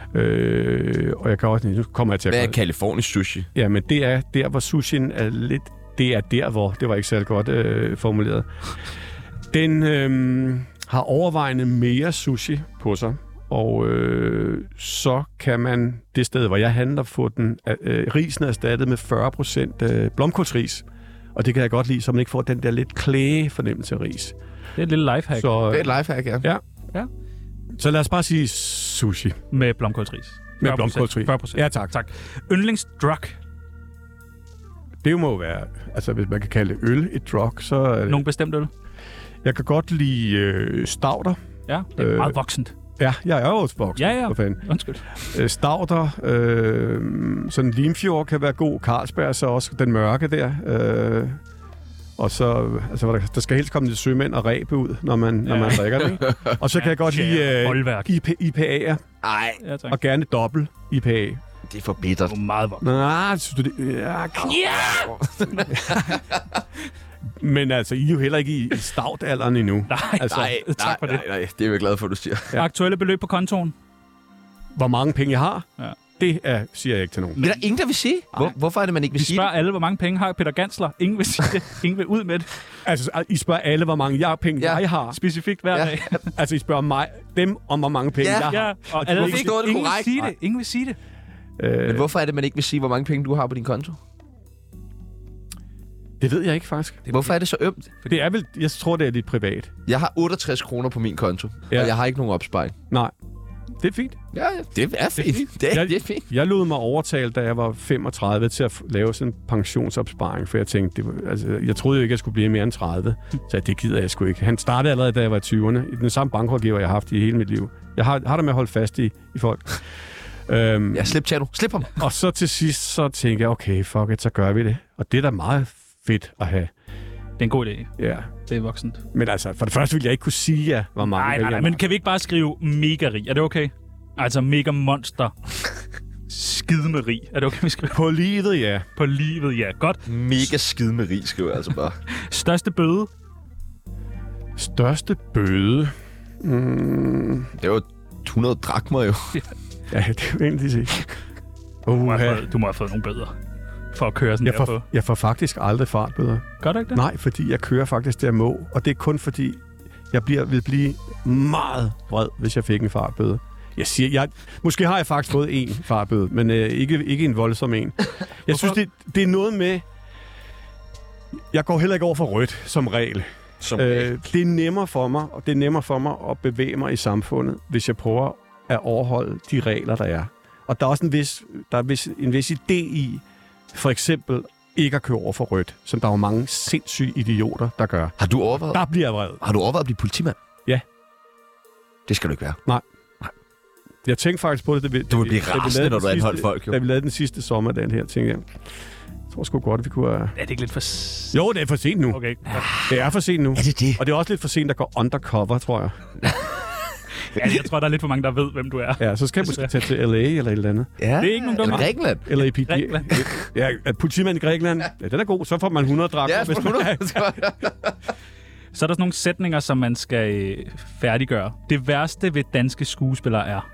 Og jeg kan også... Nu kommer jeg til at... Hvad er Californisk sushi? Ja, men det er der, hvor sushien er lidt... Det er der, hvor... Det var ikke særlig godt formuleret. Den har overvejende mere sushi på sig. Og så kan man det sted, hvor jeg handler, få den risen erstattet med 40% blomkålsris. Og det kan jeg godt lide, så man ikke får den der lidt klæge fornemmelse af ris. Det er et lille lifehack. Så, det er et lifehack, ja. Ja. Så lad os bare sige sushi. Med blomkålsris. Med blomkålsris. 40%. Ja, tak. Yndlingsdrug? Det må jo være... Altså, hvis man kan kalde det øl et drug, så... Nogen bestemt øl? Jeg kan godt lide stauder. Ja, det er meget voksent. Ja, jeg er jo også voksen. Ja. Undskyld. Stauder, sådan Limfjord kan være god. Carlsberg så også den mørke der. Og så, altså, der skal helst komme lidt sømænd og ræbe ud, når man drikker det. Ikke? Og så kan jeg godt lide IPA'er. Nej. Ja, tak. Og gerne dobbelt IPA. Det er for bittert. Det er meget voksen. Nej, synes du det? Ja. Men altså, I er jo heller ikke i stavtalderen endnu. Nej, tak for det. Nej, det er vi glade for, du siger. Ja. Aktuelle beløb på kontoen? Hvor mange penge jeg har? Ja. Det siger jeg ikke til nogen. Men der er ingen, der vil sige. Hvorfor er det, man ikke vil sige det? Vi spørger alle, hvor mange penge har Peter Gansler. Ingen vil sige det. Ingen vil ud med det. Altså, I spørger alle, hvor mange penge jeg har. Specifikt hver dag. Altså, I spørger mig, dem om, hvor mange penge jeg har. Ja, og alle ikke det korrekt. Ingen vil sige det. Men hvorfor er det, man ikke vil sige, hvor mange penge du har på din konto? Det ved jeg ikke, faktisk. Hvorfor er det så ømt? Det er vel, jeg tror, det er lidt privat. Jeg har 68 kroner på min konto, og jeg har ikke nogen opsparing. Nej. Det er fint. Ja, det er fint. Det er fint. Jeg lod mig overtale, da jeg var 35, til at lave sådan en pensionsopsparing, for jeg tænkte, jeg troede jo ikke, jeg skulle blive mere end 30, så det gider jeg sgu ikke. Han startede allerede, da jeg var i 20'erne, i den samme bankrådgiver, jeg har haft i hele mit liv. Jeg har det med at holde fast i folk. Ja, slip ham. Og så til sidst, så tænkte jeg, okay, fuck it, så gør vi det. Og det er da meget fedt at have. Det er en god idé. Ja. Det er voksent. Men altså, for det første ville jeg ikke kunne sige, hvor mange... Nej, men kan vi ikke bare skrive mega rig? Er det okay? Altså mega monster. Skide med rig. Er det okay, vi skriver? På livet, ja. På livet, ja. Godt. Mega skide med rig, skriver jeg altså bare. Største bøde? Største bøde? Det var 100 drakmer jo. Ja, det er jo egentlig det. Du må have fået nogle bøder for at køre sådan der på. Jeg får faktisk aldrig fartbøder. Gør du ikke det? Nej, fordi jeg kører faktisk der må, og det er kun fordi, jeg vil blive meget vred, hvis jeg fik en fartbøde. Måske har jeg faktisk fået en fartbøde, men ikke en voldsom en. Jeg synes, det er noget med... Jeg går heller ikke over for rødt, som regel. Det er nemmere for mig, og det er nemmere for mig at bevæge mig i samfundet, hvis jeg prøver at overholde de regler, der er. Og der er også en vis idé i, for eksempel, ikke at køre over for rødt, som der er jo mange sindssyge idioter, der gør. Har du overvejet? Der bliver jeg vred. Har du overvejet at blive politimand? Ja. Det skal du ikke være. Nej. Jeg tænkte faktisk på det. Du vil blive rasende, når du anholdt folk. Jo. Da vi lavede den sidste sommer, den her, tænkte jeg tror sgu godt, at vi kunne... Er det ikke lidt for... Jo, det er for sent nu. Okay. Det er for sent nu. Er det? Og det er også lidt for sent at gå undercover, tror jeg. Ja, jeg tror, der er lidt for mange, der ved, hvem du er. Ja, så skal jeg måske tage til LA eller et eller andet. Ja, det er ikke nogen dummer. Grækenland. Eller i PG. Ja, politimand i Grækenland. Ja, den er god. Så får man 100 dragter. Ja, hvis man... Så er der sådan nogle sætninger, som man skal færdiggøre. Det værste ved danske skuespillere er...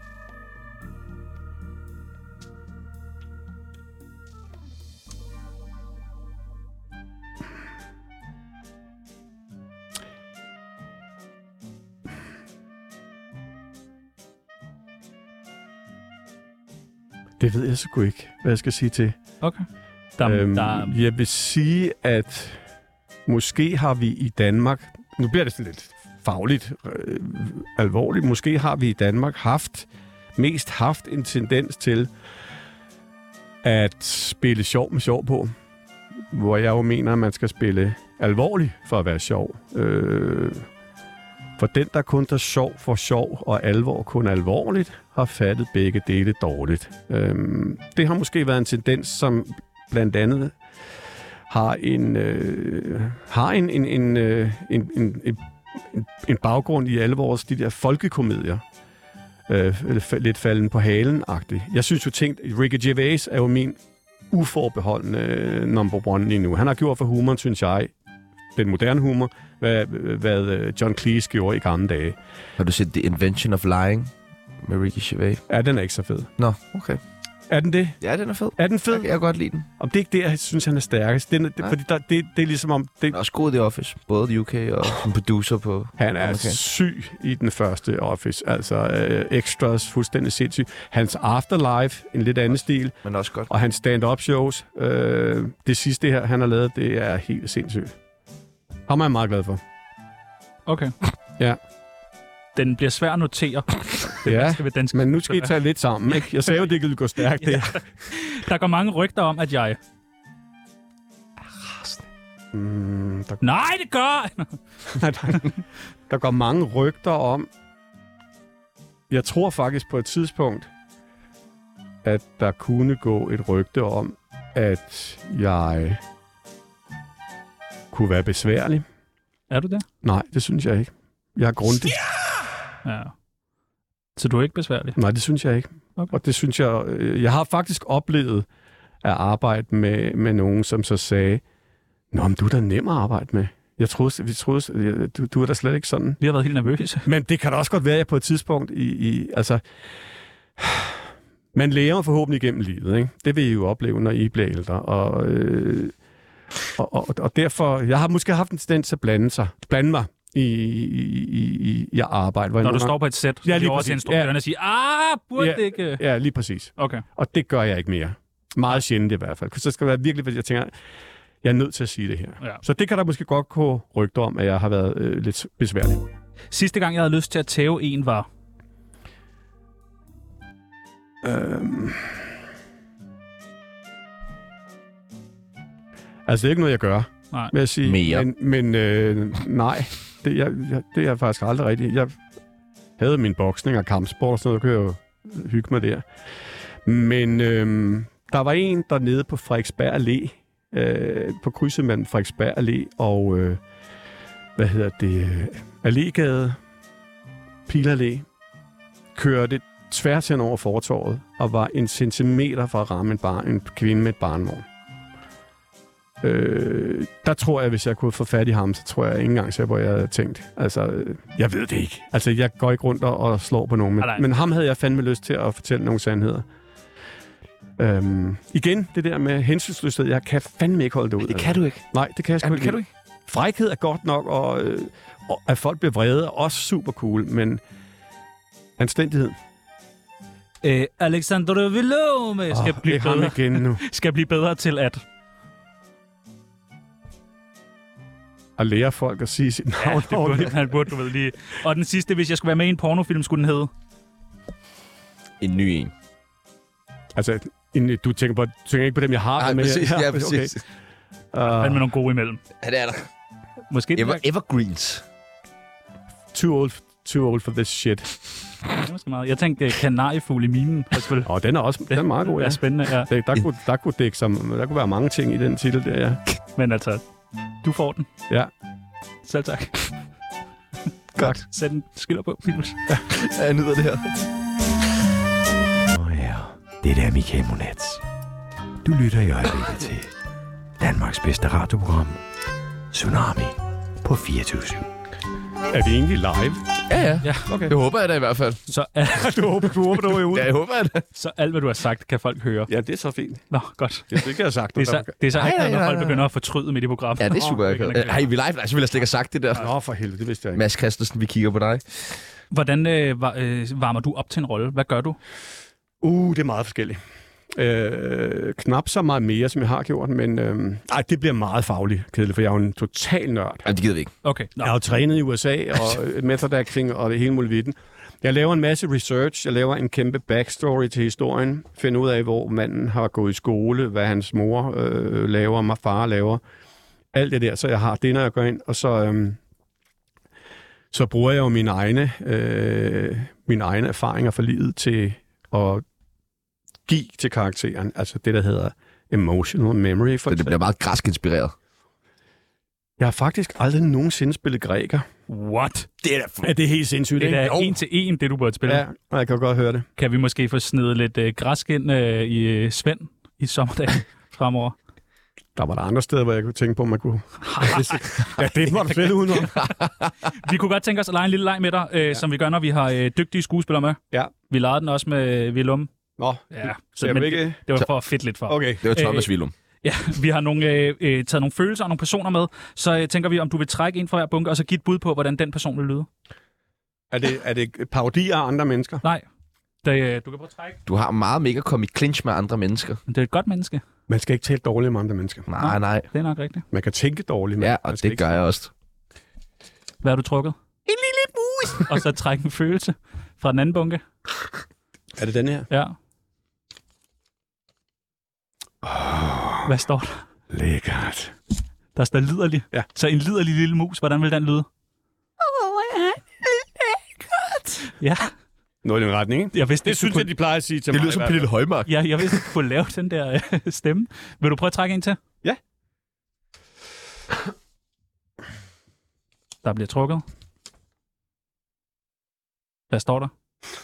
Det ved jeg sgu ikke, hvad jeg skal sige til. Okay. Jeg vil sige, at måske har vi i Danmark... Nu bliver det sådan lidt fagligt alvorligt. Måske har vi i Danmark haft en tendens til at spille sjov med sjov på. Hvor jeg jo mener, at man skal spille alvorligt for at være sjov. For den, der kun tager sjov for sjov og alvor kun alvorligt, har fattet begge dele dårligt. Det har måske været en tendens, som blandt andet har en baggrund i alle vores de der folkekomedier. Lidt falden på halen-agtigt. Jeg synes jo Ricky Gervais er jo min uforbeholdende number one lige nu. Han har gjort for humoren, synes jeg, den moderne humor, hvad John Cleese gjorde i gamle dage. Har du set The Invention of Lying med Ricky Gervais? Ja, den er ikke så fed. Nå, okay. Er den det? Ja, den er fed. Er den fed? Jeg kan godt lide den. Om det er ikke det, jeg synes, han er stærkest. Fordi det er ligesom om... Han er også god i The Office. Både UK og som producer på... Han er syg i den første Office. Altså extras, fuldstændig sindssyg. Hans Afterlife, en lidt anden stil. Men også godt. Og hans stand-up shows. Det sidste her, han har lavet, det er helt sindssygt. Ham er jeg meget glad for. Okay. Ja. Den bliver svær at notere. Ja, men nu skal I tage lidt sammen, ikke? Jeg sagde jo, det ville gå stærkt, det. Der går mange rygter om, at jeg... Nej, det gør... Der går mange rygter om... Jeg tror faktisk på et tidspunkt, at der kunne gå et rygte om, at jeg kunne være besværlig. Er du det? Nej, det synes jeg ikke. Jeg er grundig. Ja. Så du er ikke besværlig? Nej, det synes jeg ikke. Okay. Og det synes jeg... Jeg har faktisk oplevet at arbejde med nogen, som så sagde, nå, men du er da nem at arbejde med. Vi troede, du er da slet ikke sådan. Vi har været helt nervøse. Men det kan da også godt være, at jeg på et tidspunkt altså... Man lærer forhåbentlig igennem livet, ikke? Det vil I jo opleve, når I bliver ældre. Og derfor... Jeg har måske haft en tendens til at blande mig i arbejde. Når du står på et sæt, så over til instruktøren og siger, burde det ikke... Ja, lige præcis. Okay. Og det gør jeg ikke mere. Meget sjældent i hvert fald. Så skal det være virkelig, jeg tænker, jeg er nødt til at sige det her. Ja. Så det kan der måske godt gå rygter om, at jeg har været lidt besværlig. Sidste gang, jeg havde lyst til at tæve en, var... Altså, det er ikke noget, jeg gør, vil jeg sige. Mere. Men nej, det er jeg faktisk aldrig rigtigt. Jeg havde min boksning og kampsport og sådan noget, kunne jeg jo hygge mig der. Men der var en dernede på Frederiksberg Allé, på krydset mellem Frederiksberg Allé og, Allégade, Pilallé, kørte tværs hen over fortorvet og var 1 centimeter fra at ramme en kvinde med et barnvogn. Der tror jeg, hvis jeg kunne få fat i ham, så tror jeg ikke engang, hvor jeg havde tænkt. Altså, jeg ved det ikke. Altså, jeg går ikke rundt og slår på nogen. Men ham havde jeg fandme lyst til at fortælle nogle sandheder. Igen, det der med hensynsløshed, jeg kan fandme ikke holde det ud. Det kan du ikke. Nej, det kan jeg sgu ikke. Kan du ikke? Frækhed er godt nok, og at folk bliver vrede er også super cool, men anstændighed. Alexandre Villaume skal blive bedre. Igen nu. Skal blive bedre til at... at lære folk at sige sit navn. Han burde, du ved lige. Og den sidste, hvis jeg skulle være med i en pornofilm, skulle den hedde? En ny en. Altså, du tænker ikke på dem, jeg har med præcis, her? Ja, præcis. Okay. Men med nogle gode imellem. Ja, det er der. Måske Evergreens. Too old for this shit. Jeg tænkte kanariefugl i minen. Den er meget god, ja. Det er spændende, ja. Der kunne være mange ting i den titel der, ja. Men altså, du får den. Ja. Selv tak. Godt. Sæt en skiller på, Pibels. Ja, jeg nyder det her. Ja, det er Michael Monats. Du lytter i øjeblikket til Danmarks bedste radioprogram, Tsunami på 24/7. Er vi egentlig live? Ja. Okay. Det håber jeg da i hvert fald. Så, du håber, du er ude? Ja, jeg håber jeg da. Så alt, hvad du har sagt, kan folk høre. Ja, det er så fint. Nå, godt. Det kan jeg have sagt. Det er så ikke, når folk begynder at fortryde midt i programmet. Ja, det er super. Hej, vi live? Altså, ville jeg slet ikke have sagt det der. Nå, for helvede, det vidste jeg ikke. Mads Christensen, vi kigger på dig. Hvordan varmer du op til en rolle? Hvad gør du? Det er meget forskelligt. Knap så meget mere, som jeg har gjort, men det bliver meget fagligt kedeligt, for jeg er jo en total nørd. Ja, det gider vi ikke. Okay. Jeg har jo trænet i USA og method acting og det hele muligheden. Jeg laver en masse research, jeg laver en kæmpe backstory til historien, finder ud af, hvor manden har gået i skole, hvad hans mor laver, hvad far laver. Alt det der, så jeg har det, når jeg går ind, og så bruger jeg jo mine egne erfaringer fra livet til at give til karakteren, altså det, der hedder emotional memory. Så det bliver meget græsk inspireret. Jeg har faktisk aldrig nogensinde spillet græker. What? Det er det helt sindssygt, ikke? Det er en til en, det du burde spille. Ja, og jeg kan godt høre det. Kan vi måske få snedet lidt græsk ind i Svend i sommerdagen fremover? Der var der andre steder, hvor jeg kunne tænke på, om man kunne... Ja, det var du slet udenom. Vi kunne godt tænke os at lege en lille leg med dig, som vi gør, når vi har dygtige skuespillere med. Ja. Vi legede den også med Willum. Nå, ja, så, men det var for fedt lidt for. Okay. Det var Thomas Willum. Ja, vi har taget nogle følelser og nogle personer med, så tænker vi, om du vil trække en fra hver bunke, og så give et bud på, hvordan den person vil lyde. Er det parodier af andre mennesker? Nej. Du kan prøve at trække. Du har meget mega kommet i clinch med andre mennesker. Det er et godt menneske. Man skal ikke tale dårligt med andre mennesker. Nej. Det er nok rigtigt. Man kan tænke dårligt med. Ja, og det gør jeg også. Hvad har du trukket? En lille mus! Og så trække en følelse fra den anden bunke. Er det den her? Ja. Hvad står der? Lækkert. Der står liderlig. Ja. Så en liderlig lille mus, hvordan vil den lyde? Lækkert. Ja. Noget i den retning, ikke? Jeg vidste, det synes jeg, de plejer at sige til mig. Det lyder som Pernille Højmark. Ja, jeg vidste, du kunne lave den der stemme. Vil du prøve at trække en til? Ja. Der bliver trukket. Hvad står der?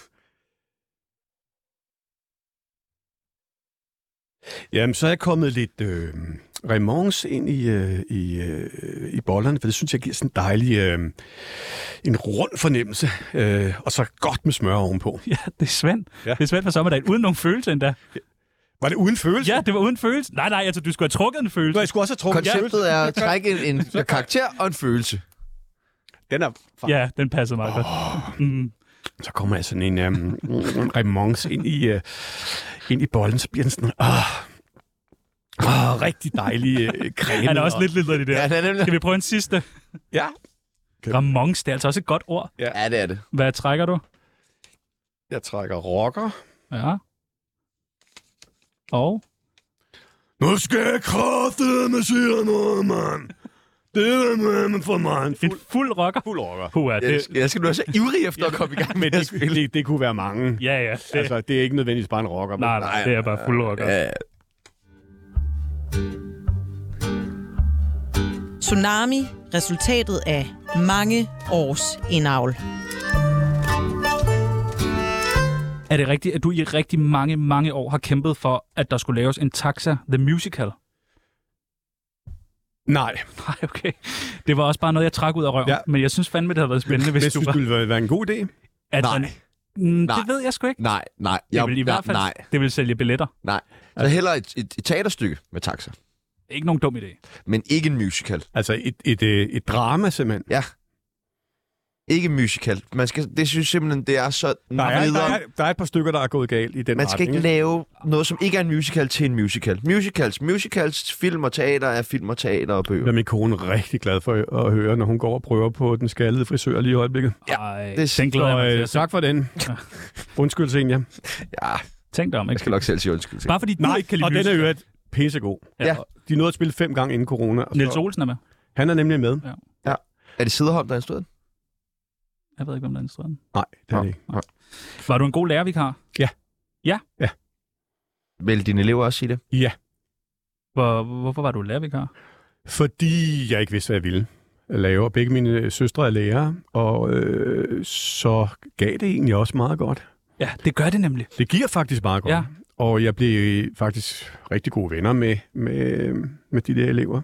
Jamen, så er jeg kommet lidt remons ind i bollerne, for det synes jeg giver sådan en dejlig, en rund fornemmelse, og så godt med smør ovenpå. Ja, det er Svend. Ja. Det er Svend fra sommerdagen, uden nogen følelse endda. Var det uden følelse? Ja, det var uden følelse. Nej, altså, du skulle have trukket en følelse. Jeg skulle også have trukket en følelse. Konceptet er at trække en karakter og en følelse. Den er... Ja, den passer meget godt. Mm. Så kommer jeg sådan en remons ind i bolden, så bliver den sådan... rigtig dejlig creme. Han er også lidt i det der. Ja, det Skal vi prøve en sidste? Ja. Remons, det er altså også et godt ord. Ja, det er det. Hvad trækker du? Jeg trækker rocker. Ja. Og? Nu skal jeg kraftedeme sige noget, mand. Det er man for mig. En fuld rocker? Fuld rocker. Jeg skal nu også ivrig efter at komme i gang med det. Det kunne være mange. Ja. Altså, det er ikke nødvendigvis bare en rocker. Nej, det er bare fuld rocker. Ja. Tsunami, resultatet af mange års indavl. Er det rigtigt, at du i rigtig mange år har kæmpet for, at der skulle laves en Taxa The Musical? Nej, okay. Det var også bare noget, jeg trak ud af røven. Ja. Men jeg synes fandme, det havde været spændende, hvis du var... det ville være en god idé? Nej. Det ved jeg sgu ikke. Nej. Det vil i hvert fald det vil sælge billetter. Nej. Så heller et teaterstykke med Taxa. Ikke nogen dum idé. Men ikke en musical. Altså et drama, simpelthen? Ja. Ikke musical. Det synes simpelthen, det er så... Der er et par stykker, der er gået galt i den Man skal retning, ikke lave noget, som ikke er en musical til en musical. Musicals, film og teater er film og teater og bøger. Det er min kone rigtig glad for at høre, når hun går og prøver på den skaldede frisør lige i øjeblikket. Ja, det glæder tak for den. Undskyld, Senja. Ja, tænk dig om, ikke? Jeg skal nok selv sige undskyld. Bare fordi du ikke kan lide og musical. Den er jo pissegod. Ja. De nåede at spille 5 gange inden corona. Niels Olsen er med. Han er nemlig med. Ja. Er det Siderholm, der er instrueret? Jeg ved ikke, hvem der er instrueret. Nej, det er det ikke. Nej. Var du en god lærervikar? Ja. Ja? Ja. Vil dine elever også sige det? Ja. Hvorfor var du lærervikar? Fordi jeg ikke vidste, hvad jeg ville lave. Begge mine søstre er lærere, og så gav det egentlig også meget godt. Ja, det gør det nemlig. Det giver faktisk meget godt. Ja. Og jeg blev faktisk rigtig gode venner med de der elever.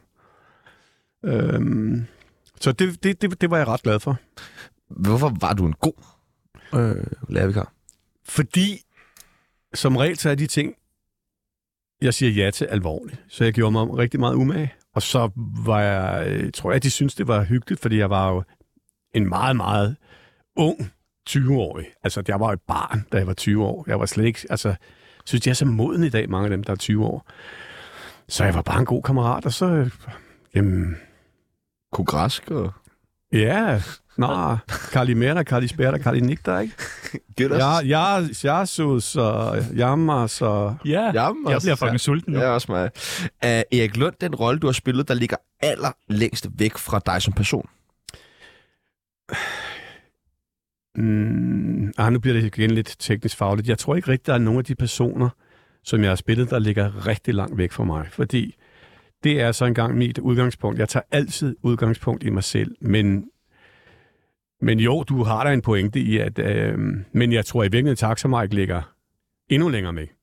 Så det var jeg ret glad for. Hvorfor var du en god lærervikar? Fordi som regel så er de ting, jeg siger ja til alvorligt. Så jeg gjorde mig rigtig meget umage. Og så var tror jeg, de syntes, det var hyggeligt, fordi jeg var jo en meget, meget ung 20-årig. Altså, jeg var et barn, da jeg var 20 år. Jeg var slet ikke, synes jeg er så moden i dag, mange af dem, der er 20 år. Så jeg var bare en god kammerat, og så, kunne græsk og... Ja, Kalimera, Kalispera, Kalinikta, ikke? Jeg synes, og jammer, så... Ja, jeg bliver fucking sulten nu. Ja, også mig. Erik Lund, den rolle, du har spillet, der ligger allerlængst væk fra dig som person? Nu bliver det igen lidt teknisk fagligt. Jeg tror ikke rigtigt, der er nogen af de personer, som jeg har spillet, der ligger rigtig langt væk fra mig. Fordi det er så engang mit udgangspunkt. Jeg tager altid udgangspunkt i mig selv. Men jo, du har da en pointe i, at... men jeg tror i virkeligheden, Taxa Mike ligger endnu længere væk.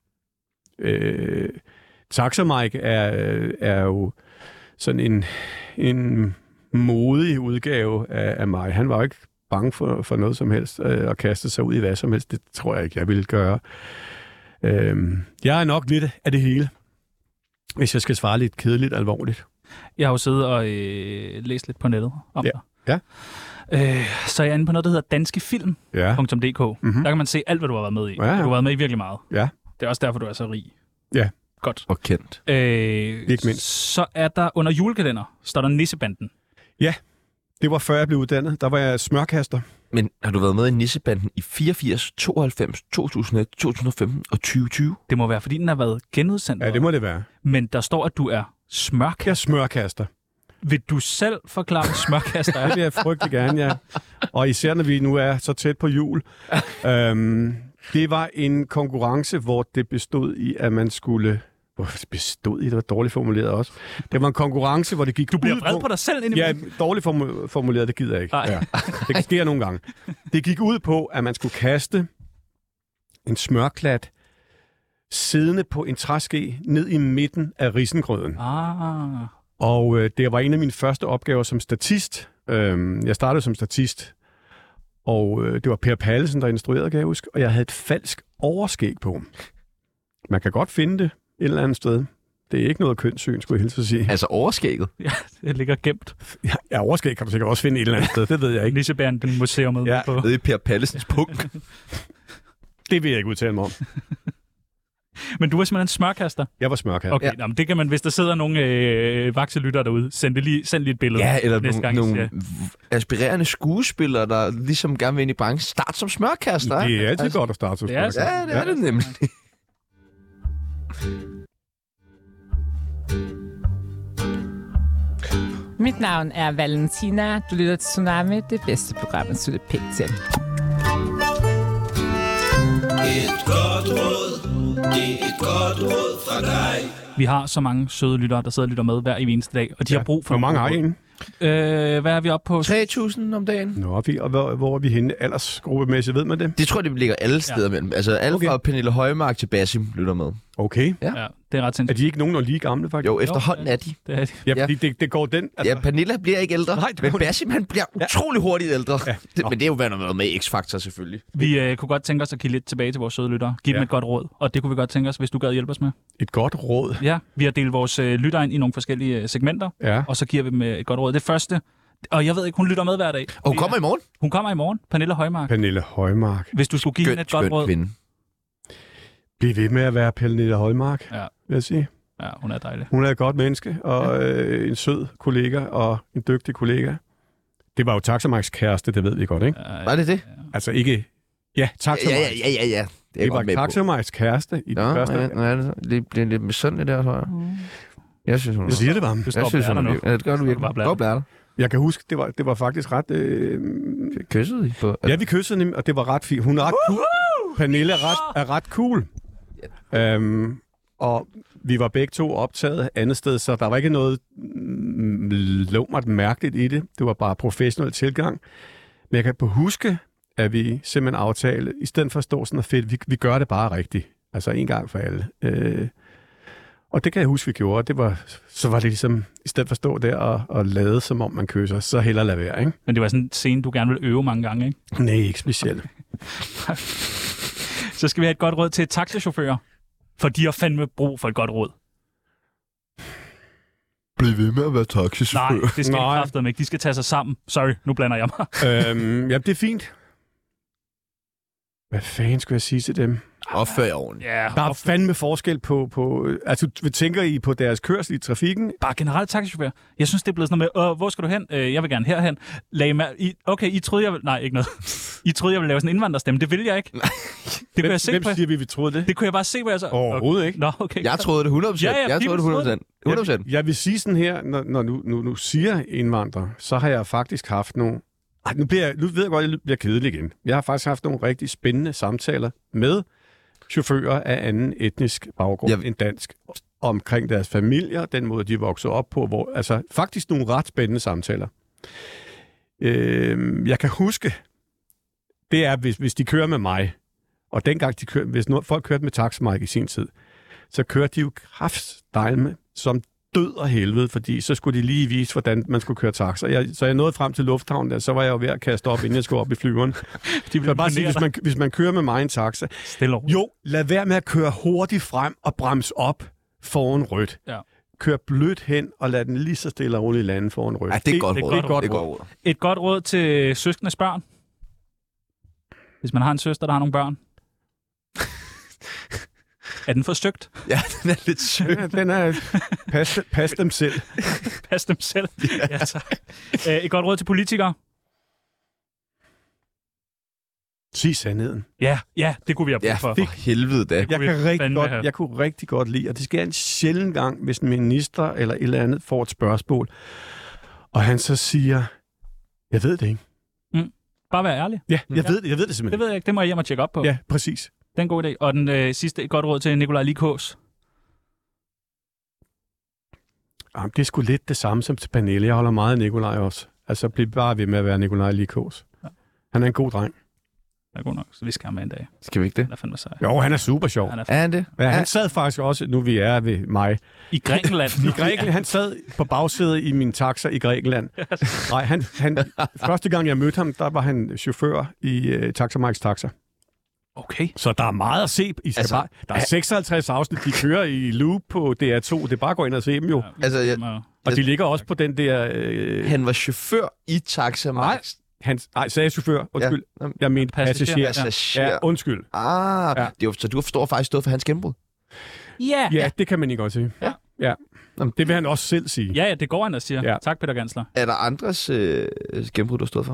Taxa Mike er jo sådan en modig udgave af mig. Han var jo ikke bange for noget som helst, og kaste sig ud i hvad som helst. Det tror jeg ikke, jeg ville gøre. Jeg er nok lidt af det hele, hvis jeg skal svare lidt kedeligt alvorligt. Jeg har jo siddet og læst lidt på nettet om dig. Ja. Så er jeg inde på noget, der hedder danskefilm.dk. Mm-hmm. Der kan man se alt, hvad du har været med i. Ja. Du har været med i virkelig meget. Ja. Det er også derfor, du er så rig. Ja. Godt. Og kendt. Ikke mindst. Så er der under julekalender, står der Nissebanden. Ja, det var før jeg blev uddannet. Der var jeg smørkaster. Men har du været med i Nissebanden i 84, 92, 2001, 2015 og 2020? Det må være, fordi den har været genudsendt. Ja, det må det være. Men der står, at du er smørkaster. Jeg er smørkaster. Vil du selv forklare, hvad smørkaster er? Det vil jeg frygtelig gerne, ja. Og især når vi nu er så tæt på jul. Det var en konkurrence, hvor det bestod i, at man skulle... Det bestod i, det var dårligt formuleret også. Det var en konkurrence, hvor det gik... Du bliver vred på dig selv indimellem. Ja, dårligt formuleret, det gider jeg ikke. Ja. Det sker nogle gange. Det gik ud på, at man skulle kaste en smørklat siddende på en træske ned i midten af risengrøden. Og det var en af mine første opgaver som statist. Jeg startede som statist, og det var Per Pallesen, der instruerede, kan jeg huske, og jeg havde et falsk overskæg på. Man kan godt finde det et eller andet sted. Det er ikke noget kønssyn, skulle jeg hilse at sige. Altså overskægget? Ja, det ligger gemt. Ja, overskæg kan du sikkert også finde et eller andet sted, det ved jeg ikke. Nissebanden museet ja. på. Det er Per Pallesens punkt. Det vil jeg ikke udtale mig om. Men du var simpelthen en smørkaster? Jeg var smørkaster. Okay, ja. Det kan man, hvis der sidder nogle vakselytter derude, send lige et billede. Ja, eller nogle aspirerende skuespillere, der ligesom gerne vil ind i branchen. Start som smørkaster. Det er altid godt at starte som smørkaster. Ja, det er det nemlig. Mit navn er Valentina. Du lytter til Tsunami, det bedste program, at slutte pænt til. Et godt råd, det er et godt råd fra dig. Vi har så mange søde lyttere, der sidder og lytter med hver eneste dag, og de har brug for... Hvor mange har I? Hvad er vi oppe på? 3.000 om dagen. Nå, og hvor er vi henne aldersgruppemæssigt, ved man det? Det tror jeg, det ligger alle steder mellem. Altså alle fra Pernille Højmark til Basim lytter med. Okay. Ja, det er ret sindssygt. Er de ikke nogen, der er lige gamle, faktisk? Jo, efterhånden er de. Det er de. Ja, fordi det går den... Altså... Ja, Pernille bliver ikke ældre, men Basim han bliver utrolig hurtigt ældre. Ja. Men det er jo noget med X-Factor selvfølgelig. Vi kunne godt tænke os at give lidt tilbage til vores søde lyttere. Giv dem et godt råd, og det kunne vi godt tænke os, hvis du gad hjælpe os med. Et godt råd? Ja, vi har delt vores lyttere ind i nogle forskellige segmenter, og så giver vi dem et godt råd. Det første, Og jeg ved ikke, hun lytter med hver dag. Og hun kommer i morgen? Hun kommer i morgen. Pernille Højmark. Pernille Højmark. Hvis du skulle give hende et godt råd. Kvinde. Bliv ved med at være Pernille Højmark, vil jeg sige. Ja, hun er dejlig. Hun er et godt menneske, og en sød kollega, og en dygtig kollega. Det var jo Taxamarks kæreste, det ved vi godt, ikke? Var det det? Altså ikke... Ja, Taxamarks. Ja. Det var Taxamarks kæreste i den første... Det bliver lidt misundeligt der, tror jeg. Jeg synes, hun... Jeg siger det bare. Jeg synes, hun er... Ja, det gør du virkelig. Godt blære. Jeg kan huske, det var faktisk ret... Kyssede I på... Ja, vi kyssede nemlig, og det var ret fint. Hun er ret cool. Pernille er ret cool. Og vi var begge to optaget andet sted, så der var ikke noget lummert mærkeligt i det. Det var bare professionel tilgang. Men jeg kan huske, at vi simpelthen aftalte, i stedet for at stå sådan og fedt, vi gør det bare rigtigt. Altså en gang for alle. Og det kan jeg huske, vi gjorde. Så var det ligesom, i stedet for at stå der og lade, som om man kysser, så hellere lade være, ikke? Men det var sådan en scene, du gerne ville øve mange gange, ikke? Nej, ikke specielt. Så skal vi have et godt råd til taxachauffører. For de har fandme brug for et godt råd. Bliv ved med at være taxichauffør. Nej, det skal de kraftedeme ikke. De skal tage sig sammen. Sorry, nu blander jeg mig. Ja, det er fint. Hvad fanden skulle jeg sige til dem? Opfør jer ordentligt. Yeah, der er fandme forskel på... Altså, tænker I på deres kørsel i trafikken? Bare generelt taxichauffør. Jeg synes, det er blevet sådan noget med, hvor skal du hen? Jeg vil gerne herhen. I troede, jeg ville... Nej, ikke noget. I troede, jeg ville lave sådan en indvandrerstemme. Det ville jeg ikke. Det kunne jeg se hvem på. Hvem siger vi troede det? Det kunne jeg bare se, hvor jeg så... Overhovedet ikke. Nå, okay. Jeg troede det 100%. Ja, jeg troede det 100%. Jeg vil sige sådan her, når nu siger indvandrer, så har jeg faktisk haft nogle... Nu ved jeg godt, at jeg bliver kedelig igen. Jeg har faktisk haft nogle rigtig spændende samtaler med chauffører af anden etnisk baggrund end dansk, omkring deres familier, den måde, de voksede op på, altså faktisk nogle ret spændende samtaler. Jeg kan huske, det er, hvis de kører med mig, og dengang hvis folk kørte med Taxamark i sin tid, så kørte de jo kraftdejme som død og helvede, fordi så skulle de lige vise, hvordan man skulle køre taxa. Så jeg nåede frem til lufthavnen, der, så var jeg jo ved at kaste op, inden jeg skulle op i flyveren. Så bare sige, hvis man kører med mig i en taxa, lad være med at køre hurtigt frem og bremse op foran rødt. Ja. Kør blødt hen og lad den lige så stille og roligt lande foran rødt. Ja, det er godt råd. Et godt råd til søskendes børn. Hvis man har en søster, der har nogle børn. Er den for stygt? Ja, den er lidt søgt. Ja, den er... Pas dem selv. Pas dem selv. Ja, tak. Et godt råd til politikere. Sig sandheden. Ja, det kunne vi have brug for. Ja, for helvede da. Jeg kunne rigtig godt lide, og det sker en sjælden gang, hvis en minister eller et eller andet får et spørgsmål, og han så siger, jeg ved det ikke. Bare være ærlig. Ja, jeg ved det simpelthen. Det ved jeg ikke, det må jeg hjem og tjekke op på. Ja, præcis. Det er en god idé. Og den sidste, et godt råd til Nikolaj Likås. Jamen, det er sgu lidt det samme som til Pernille. Jeg holder meget af Nikolaj også. Altså, bliv bare ved med at være Nikolaj Likås. Ja. Han er en god dreng. Han er god nok, så vi skal have med en dag. Skal vi ikke det? Han er fandme sej. Jo, han er super sjov. Er han det? Ja, han sad faktisk også, nu vi er ved mig. I Grækenland? Han sad på bagsædet i min taxa i Grækenland. Nej, han første gang jeg mødte ham, der var han chauffør i Taxamarks Taxa. Okay. Så der er meget at se. Der er 56 afsnit, de kører i loop på DR2. Det er bare at gå ind og se dem jo. Og de ligger også på den der... Han var chauffør i Taxamark. Nej, sagde jeg chauffør. Undskyld. Ja. Jeg mente passager. Ja, undskyld. Så du forstår faktisk stået for hans gennembrud? Ja, det kan man ikke godt sige. Ja. Det vil han også selv sige. Ja, det går han og siger. Ja. Tak, Peter Gansler. Er der andres gennembrud, du har stået for?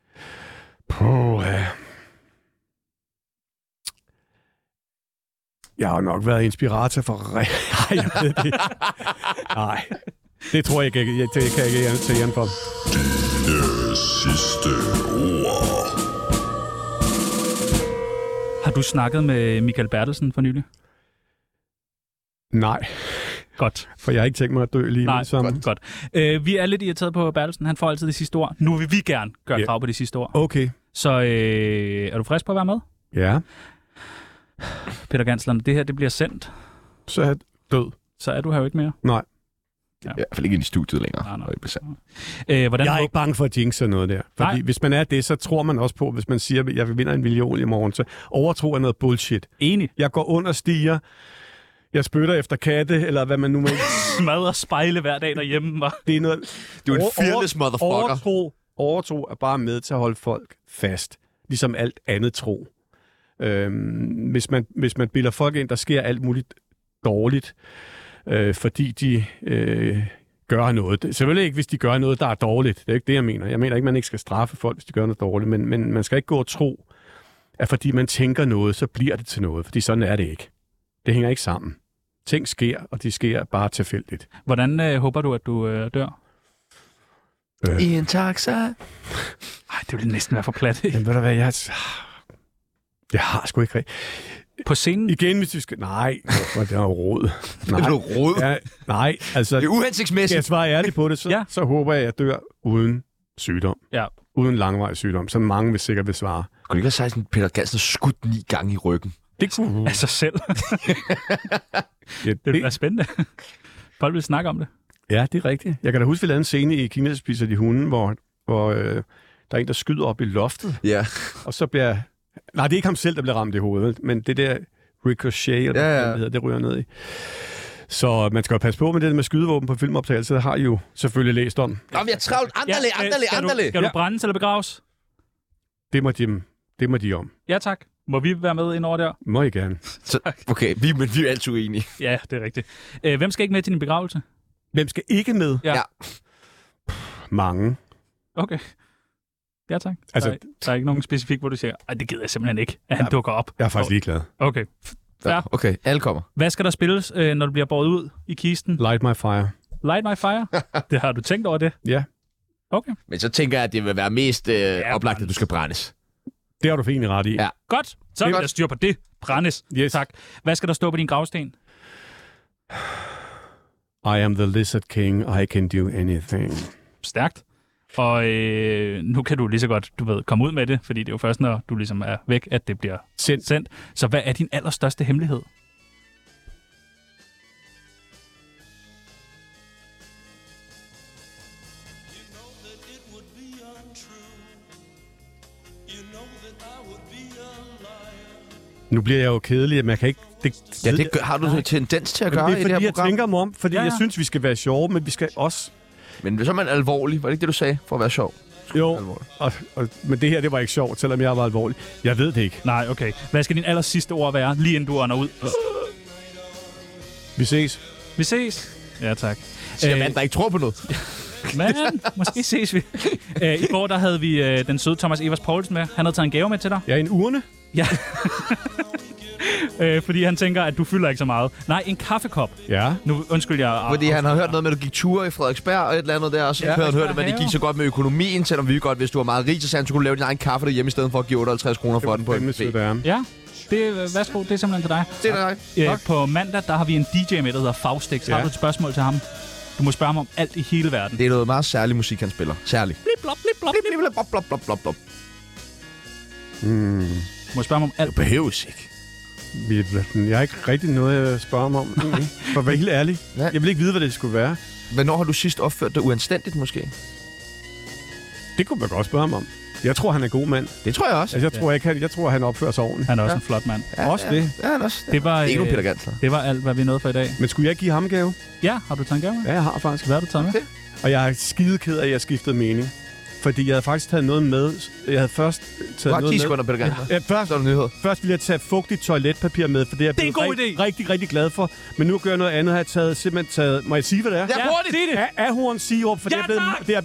Jeg har nok været inspirator for... Nej, jeg ved det. Nej, det tror jeg ikke. Det kan jeg ikke tage igen for. Dine sidste ord. Har du snakket med Michael Bertelsen for nylig? Nej. Godt. For jeg har ikke tænkt mig at dø lige med sammen. Godt. Vi er lidt irriteret på Bertelsen. Han får altid de sidste ord. Nu vil vi gerne gøre krav på de sidste ord. Okay. Så er du frisk på at være med? Ja. Peter Gansler, det bliver sendt. Så er jeg død. Så er du her jo ikke mere? Nej. Ja. Jeg er i hvert fald ikke inde i studiet længere. Nej. Jeg er ikke bange for at jinxe noget der. Fordi hvis man er det, så tror man også på, hvis man siger, at jeg vinder 1 million i morgen, så overtror jeg noget bullshit. Enig. Jeg går under stiger. Jeg spytter efter katte, eller hvad man nu må... Smadrer spejle hver dag derhjemme, var. Det er noget... Du er en fearless motherfucker. Overtro er bare med til at holde folk fast. Ligesom alt andet tro. Hvis man bilder folk ind, der sker alt muligt dårligt, fordi de gør noget. Selvfølgelig ikke, hvis de gør noget, der er dårligt. Det er ikke det, jeg mener. Jeg mener ikke, man ikke skal straffe folk, hvis de gør noget dårligt, men man skal ikke gå og tro, at fordi man tænker noget, så bliver det til noget. Fordi sådan er det ikke. Det hænger ikke sammen. Ting sker, og de sker bare tilfældigt. Hvordan håber du, at du dør? I en taxa. Ej, det ville næsten være for plat. Men ved du hvad, jeg har sgu ikke rigtigt. På scenen? Igen, hvis vi skal... Nej, det er jo råd. Nej. Er du råd? Ja, nej, altså... Det er uhensigtsmæssigt. Skal jeg svare ærligt på det, så håber jeg, at jeg dør uden sygdom. Ja. Uden langvarig sygdom, som mange vil sikkert vil svare. Kunne du ikke have sagt, at Peter Gansen skudt 9 gange i ryggen? Det kunne af sig selv. Det ville være spændende. Folk vil snakke om det. Ja, det er rigtigt. Jeg kan da huske, vi lavede en scene i Kina spiser de hunde, hvor der er en, der skyder op i loftet. Ja. Og så bliver... Nej, det er ikke ham selv, der bliver ramt i hovedet, men det der ricochet, eller hvad det hedder, det ryger ned i. Så man skal jo passe på med det med skydevåben på filmoptagelser. Det har I jo selvfølgelig læst om. Nå, vi har travlt. Andale. Skal du brændes eller begraves? Det må de om. Ja, tak. Må vi være med ind over der? Må I gerne. Så, okay, men vi er altid uenige. Ja, det er rigtigt. Hvem skal ikke med til din begravelse? Hvem skal ikke med? Ja. Mange. Okay. Ja, tak. Altså, der er ikke nogen specifik, hvor du siger, det gider jeg simpelthen ikke, at han dukker op. Jeg er faktisk ligeglad. Okay. Ja, okay, alle kommer. Hvad skal der spilles, når du bliver båret ud i kisten? Light My Fire. Light My Fire? Det har du tænkt over det? Ja. Okay. Men så tænker jeg, at det vil være mest oplagt, at du skal brændes. Det har du fint ret i. Ja. Godt. Så vil jeg styr på det. Brændes. Yes. Tak. Hvad skal der stå på din gravsten? I am the Lizard King. I can do anything. Stærkt. Og nu kan du lige så godt, komme ud med det, fordi det er jo først, når du ligesom er væk, at det bliver sendt. Så hvad er din allerstørste hemmelighed? Nu bliver jeg jo kedelig, at man kan ikke... Det har du en tendens til at gøre i det her program. Jeg tænker mig om, fordi jeg synes, vi skal være sjove, men vi skal også... Men så er man alvorlig. Var det ikke det, du sagde, for at være sjov? Jo, men det her, det var ikke sjovt, selvom jeg var alvorlig. Jeg ved det ikke. Nej, okay. Hvad skal din aller sidste ord være, lige inden du ånder ud? Vi ses. Vi ses. Ja, tak. Siger mand, der ikke tror på noget. Men måske ses vi. I går, der havde vi den søde Thomas Evers Poulsen med. Han havde taget en gave med til dig. Ja, en urne. Ja. Fordi han tænker, at du fylder ikke så meget. Nej, en kaffekop. Ja. Nu undskyld jeg. Fordi han har hørt noget med, at du gik ture i Frederiksberg og et eller andet der. Og så hørt det, at det gik så godt med økonomien. Selvom vi godt, hvis du var meget rig, så sagde han, så kunne du lave din egen kaffe derhjemme i stedet for at give 58 kroner for den på en Ja, værsgo. Det er simpelthen til dig. Det er dig. På mandag, der har vi en DJ med, der hedder Faustix. Har du et spørgsmål til ham? Du må spørge ham om alt i hele verden. Det er noget meget særlig musik, han spiller. Særlig. Du må spørge ham om alt. Det behøves ikke. Jeg har ikke rigtig noget at spørge ham om. For at være helt ærlig. Ja. Jeg vil ikke vide, hvad det skulle være. Hvornår har du sidst opført dig uanstændigt, måske? Det kunne man godt spørge ham om. Jeg tror, han er en god mand. Det tror jeg også. Altså, jeg tror, han opfører sig ordentligt. Han er også en flot mand. Ja, også det. Ja, han også. Det var, ikke Peter Gansler. Det var alt, hvad vi nåede for i dag. Men skulle jeg give ham en gave? Ja, har du taget en gave med? Ja, jeg har faktisk. Hvad har du taget med? Okay. Og jeg er skide ked af, at jeg skiftede mening. Fordi jeg havde faktisk taget noget med. Jeg havde først taget noget med. 10 sekunder, Peter Gansler. Først ville jeg tage fugtigt toiletpapir med, for det er jeg blevet rigtig, rigtig glad for. Men nu gør jeg noget andet. Har jeg simpelthen taget... Må jeg sige, hvad det er? Ja, hurtigt! Ahornsirup, for det er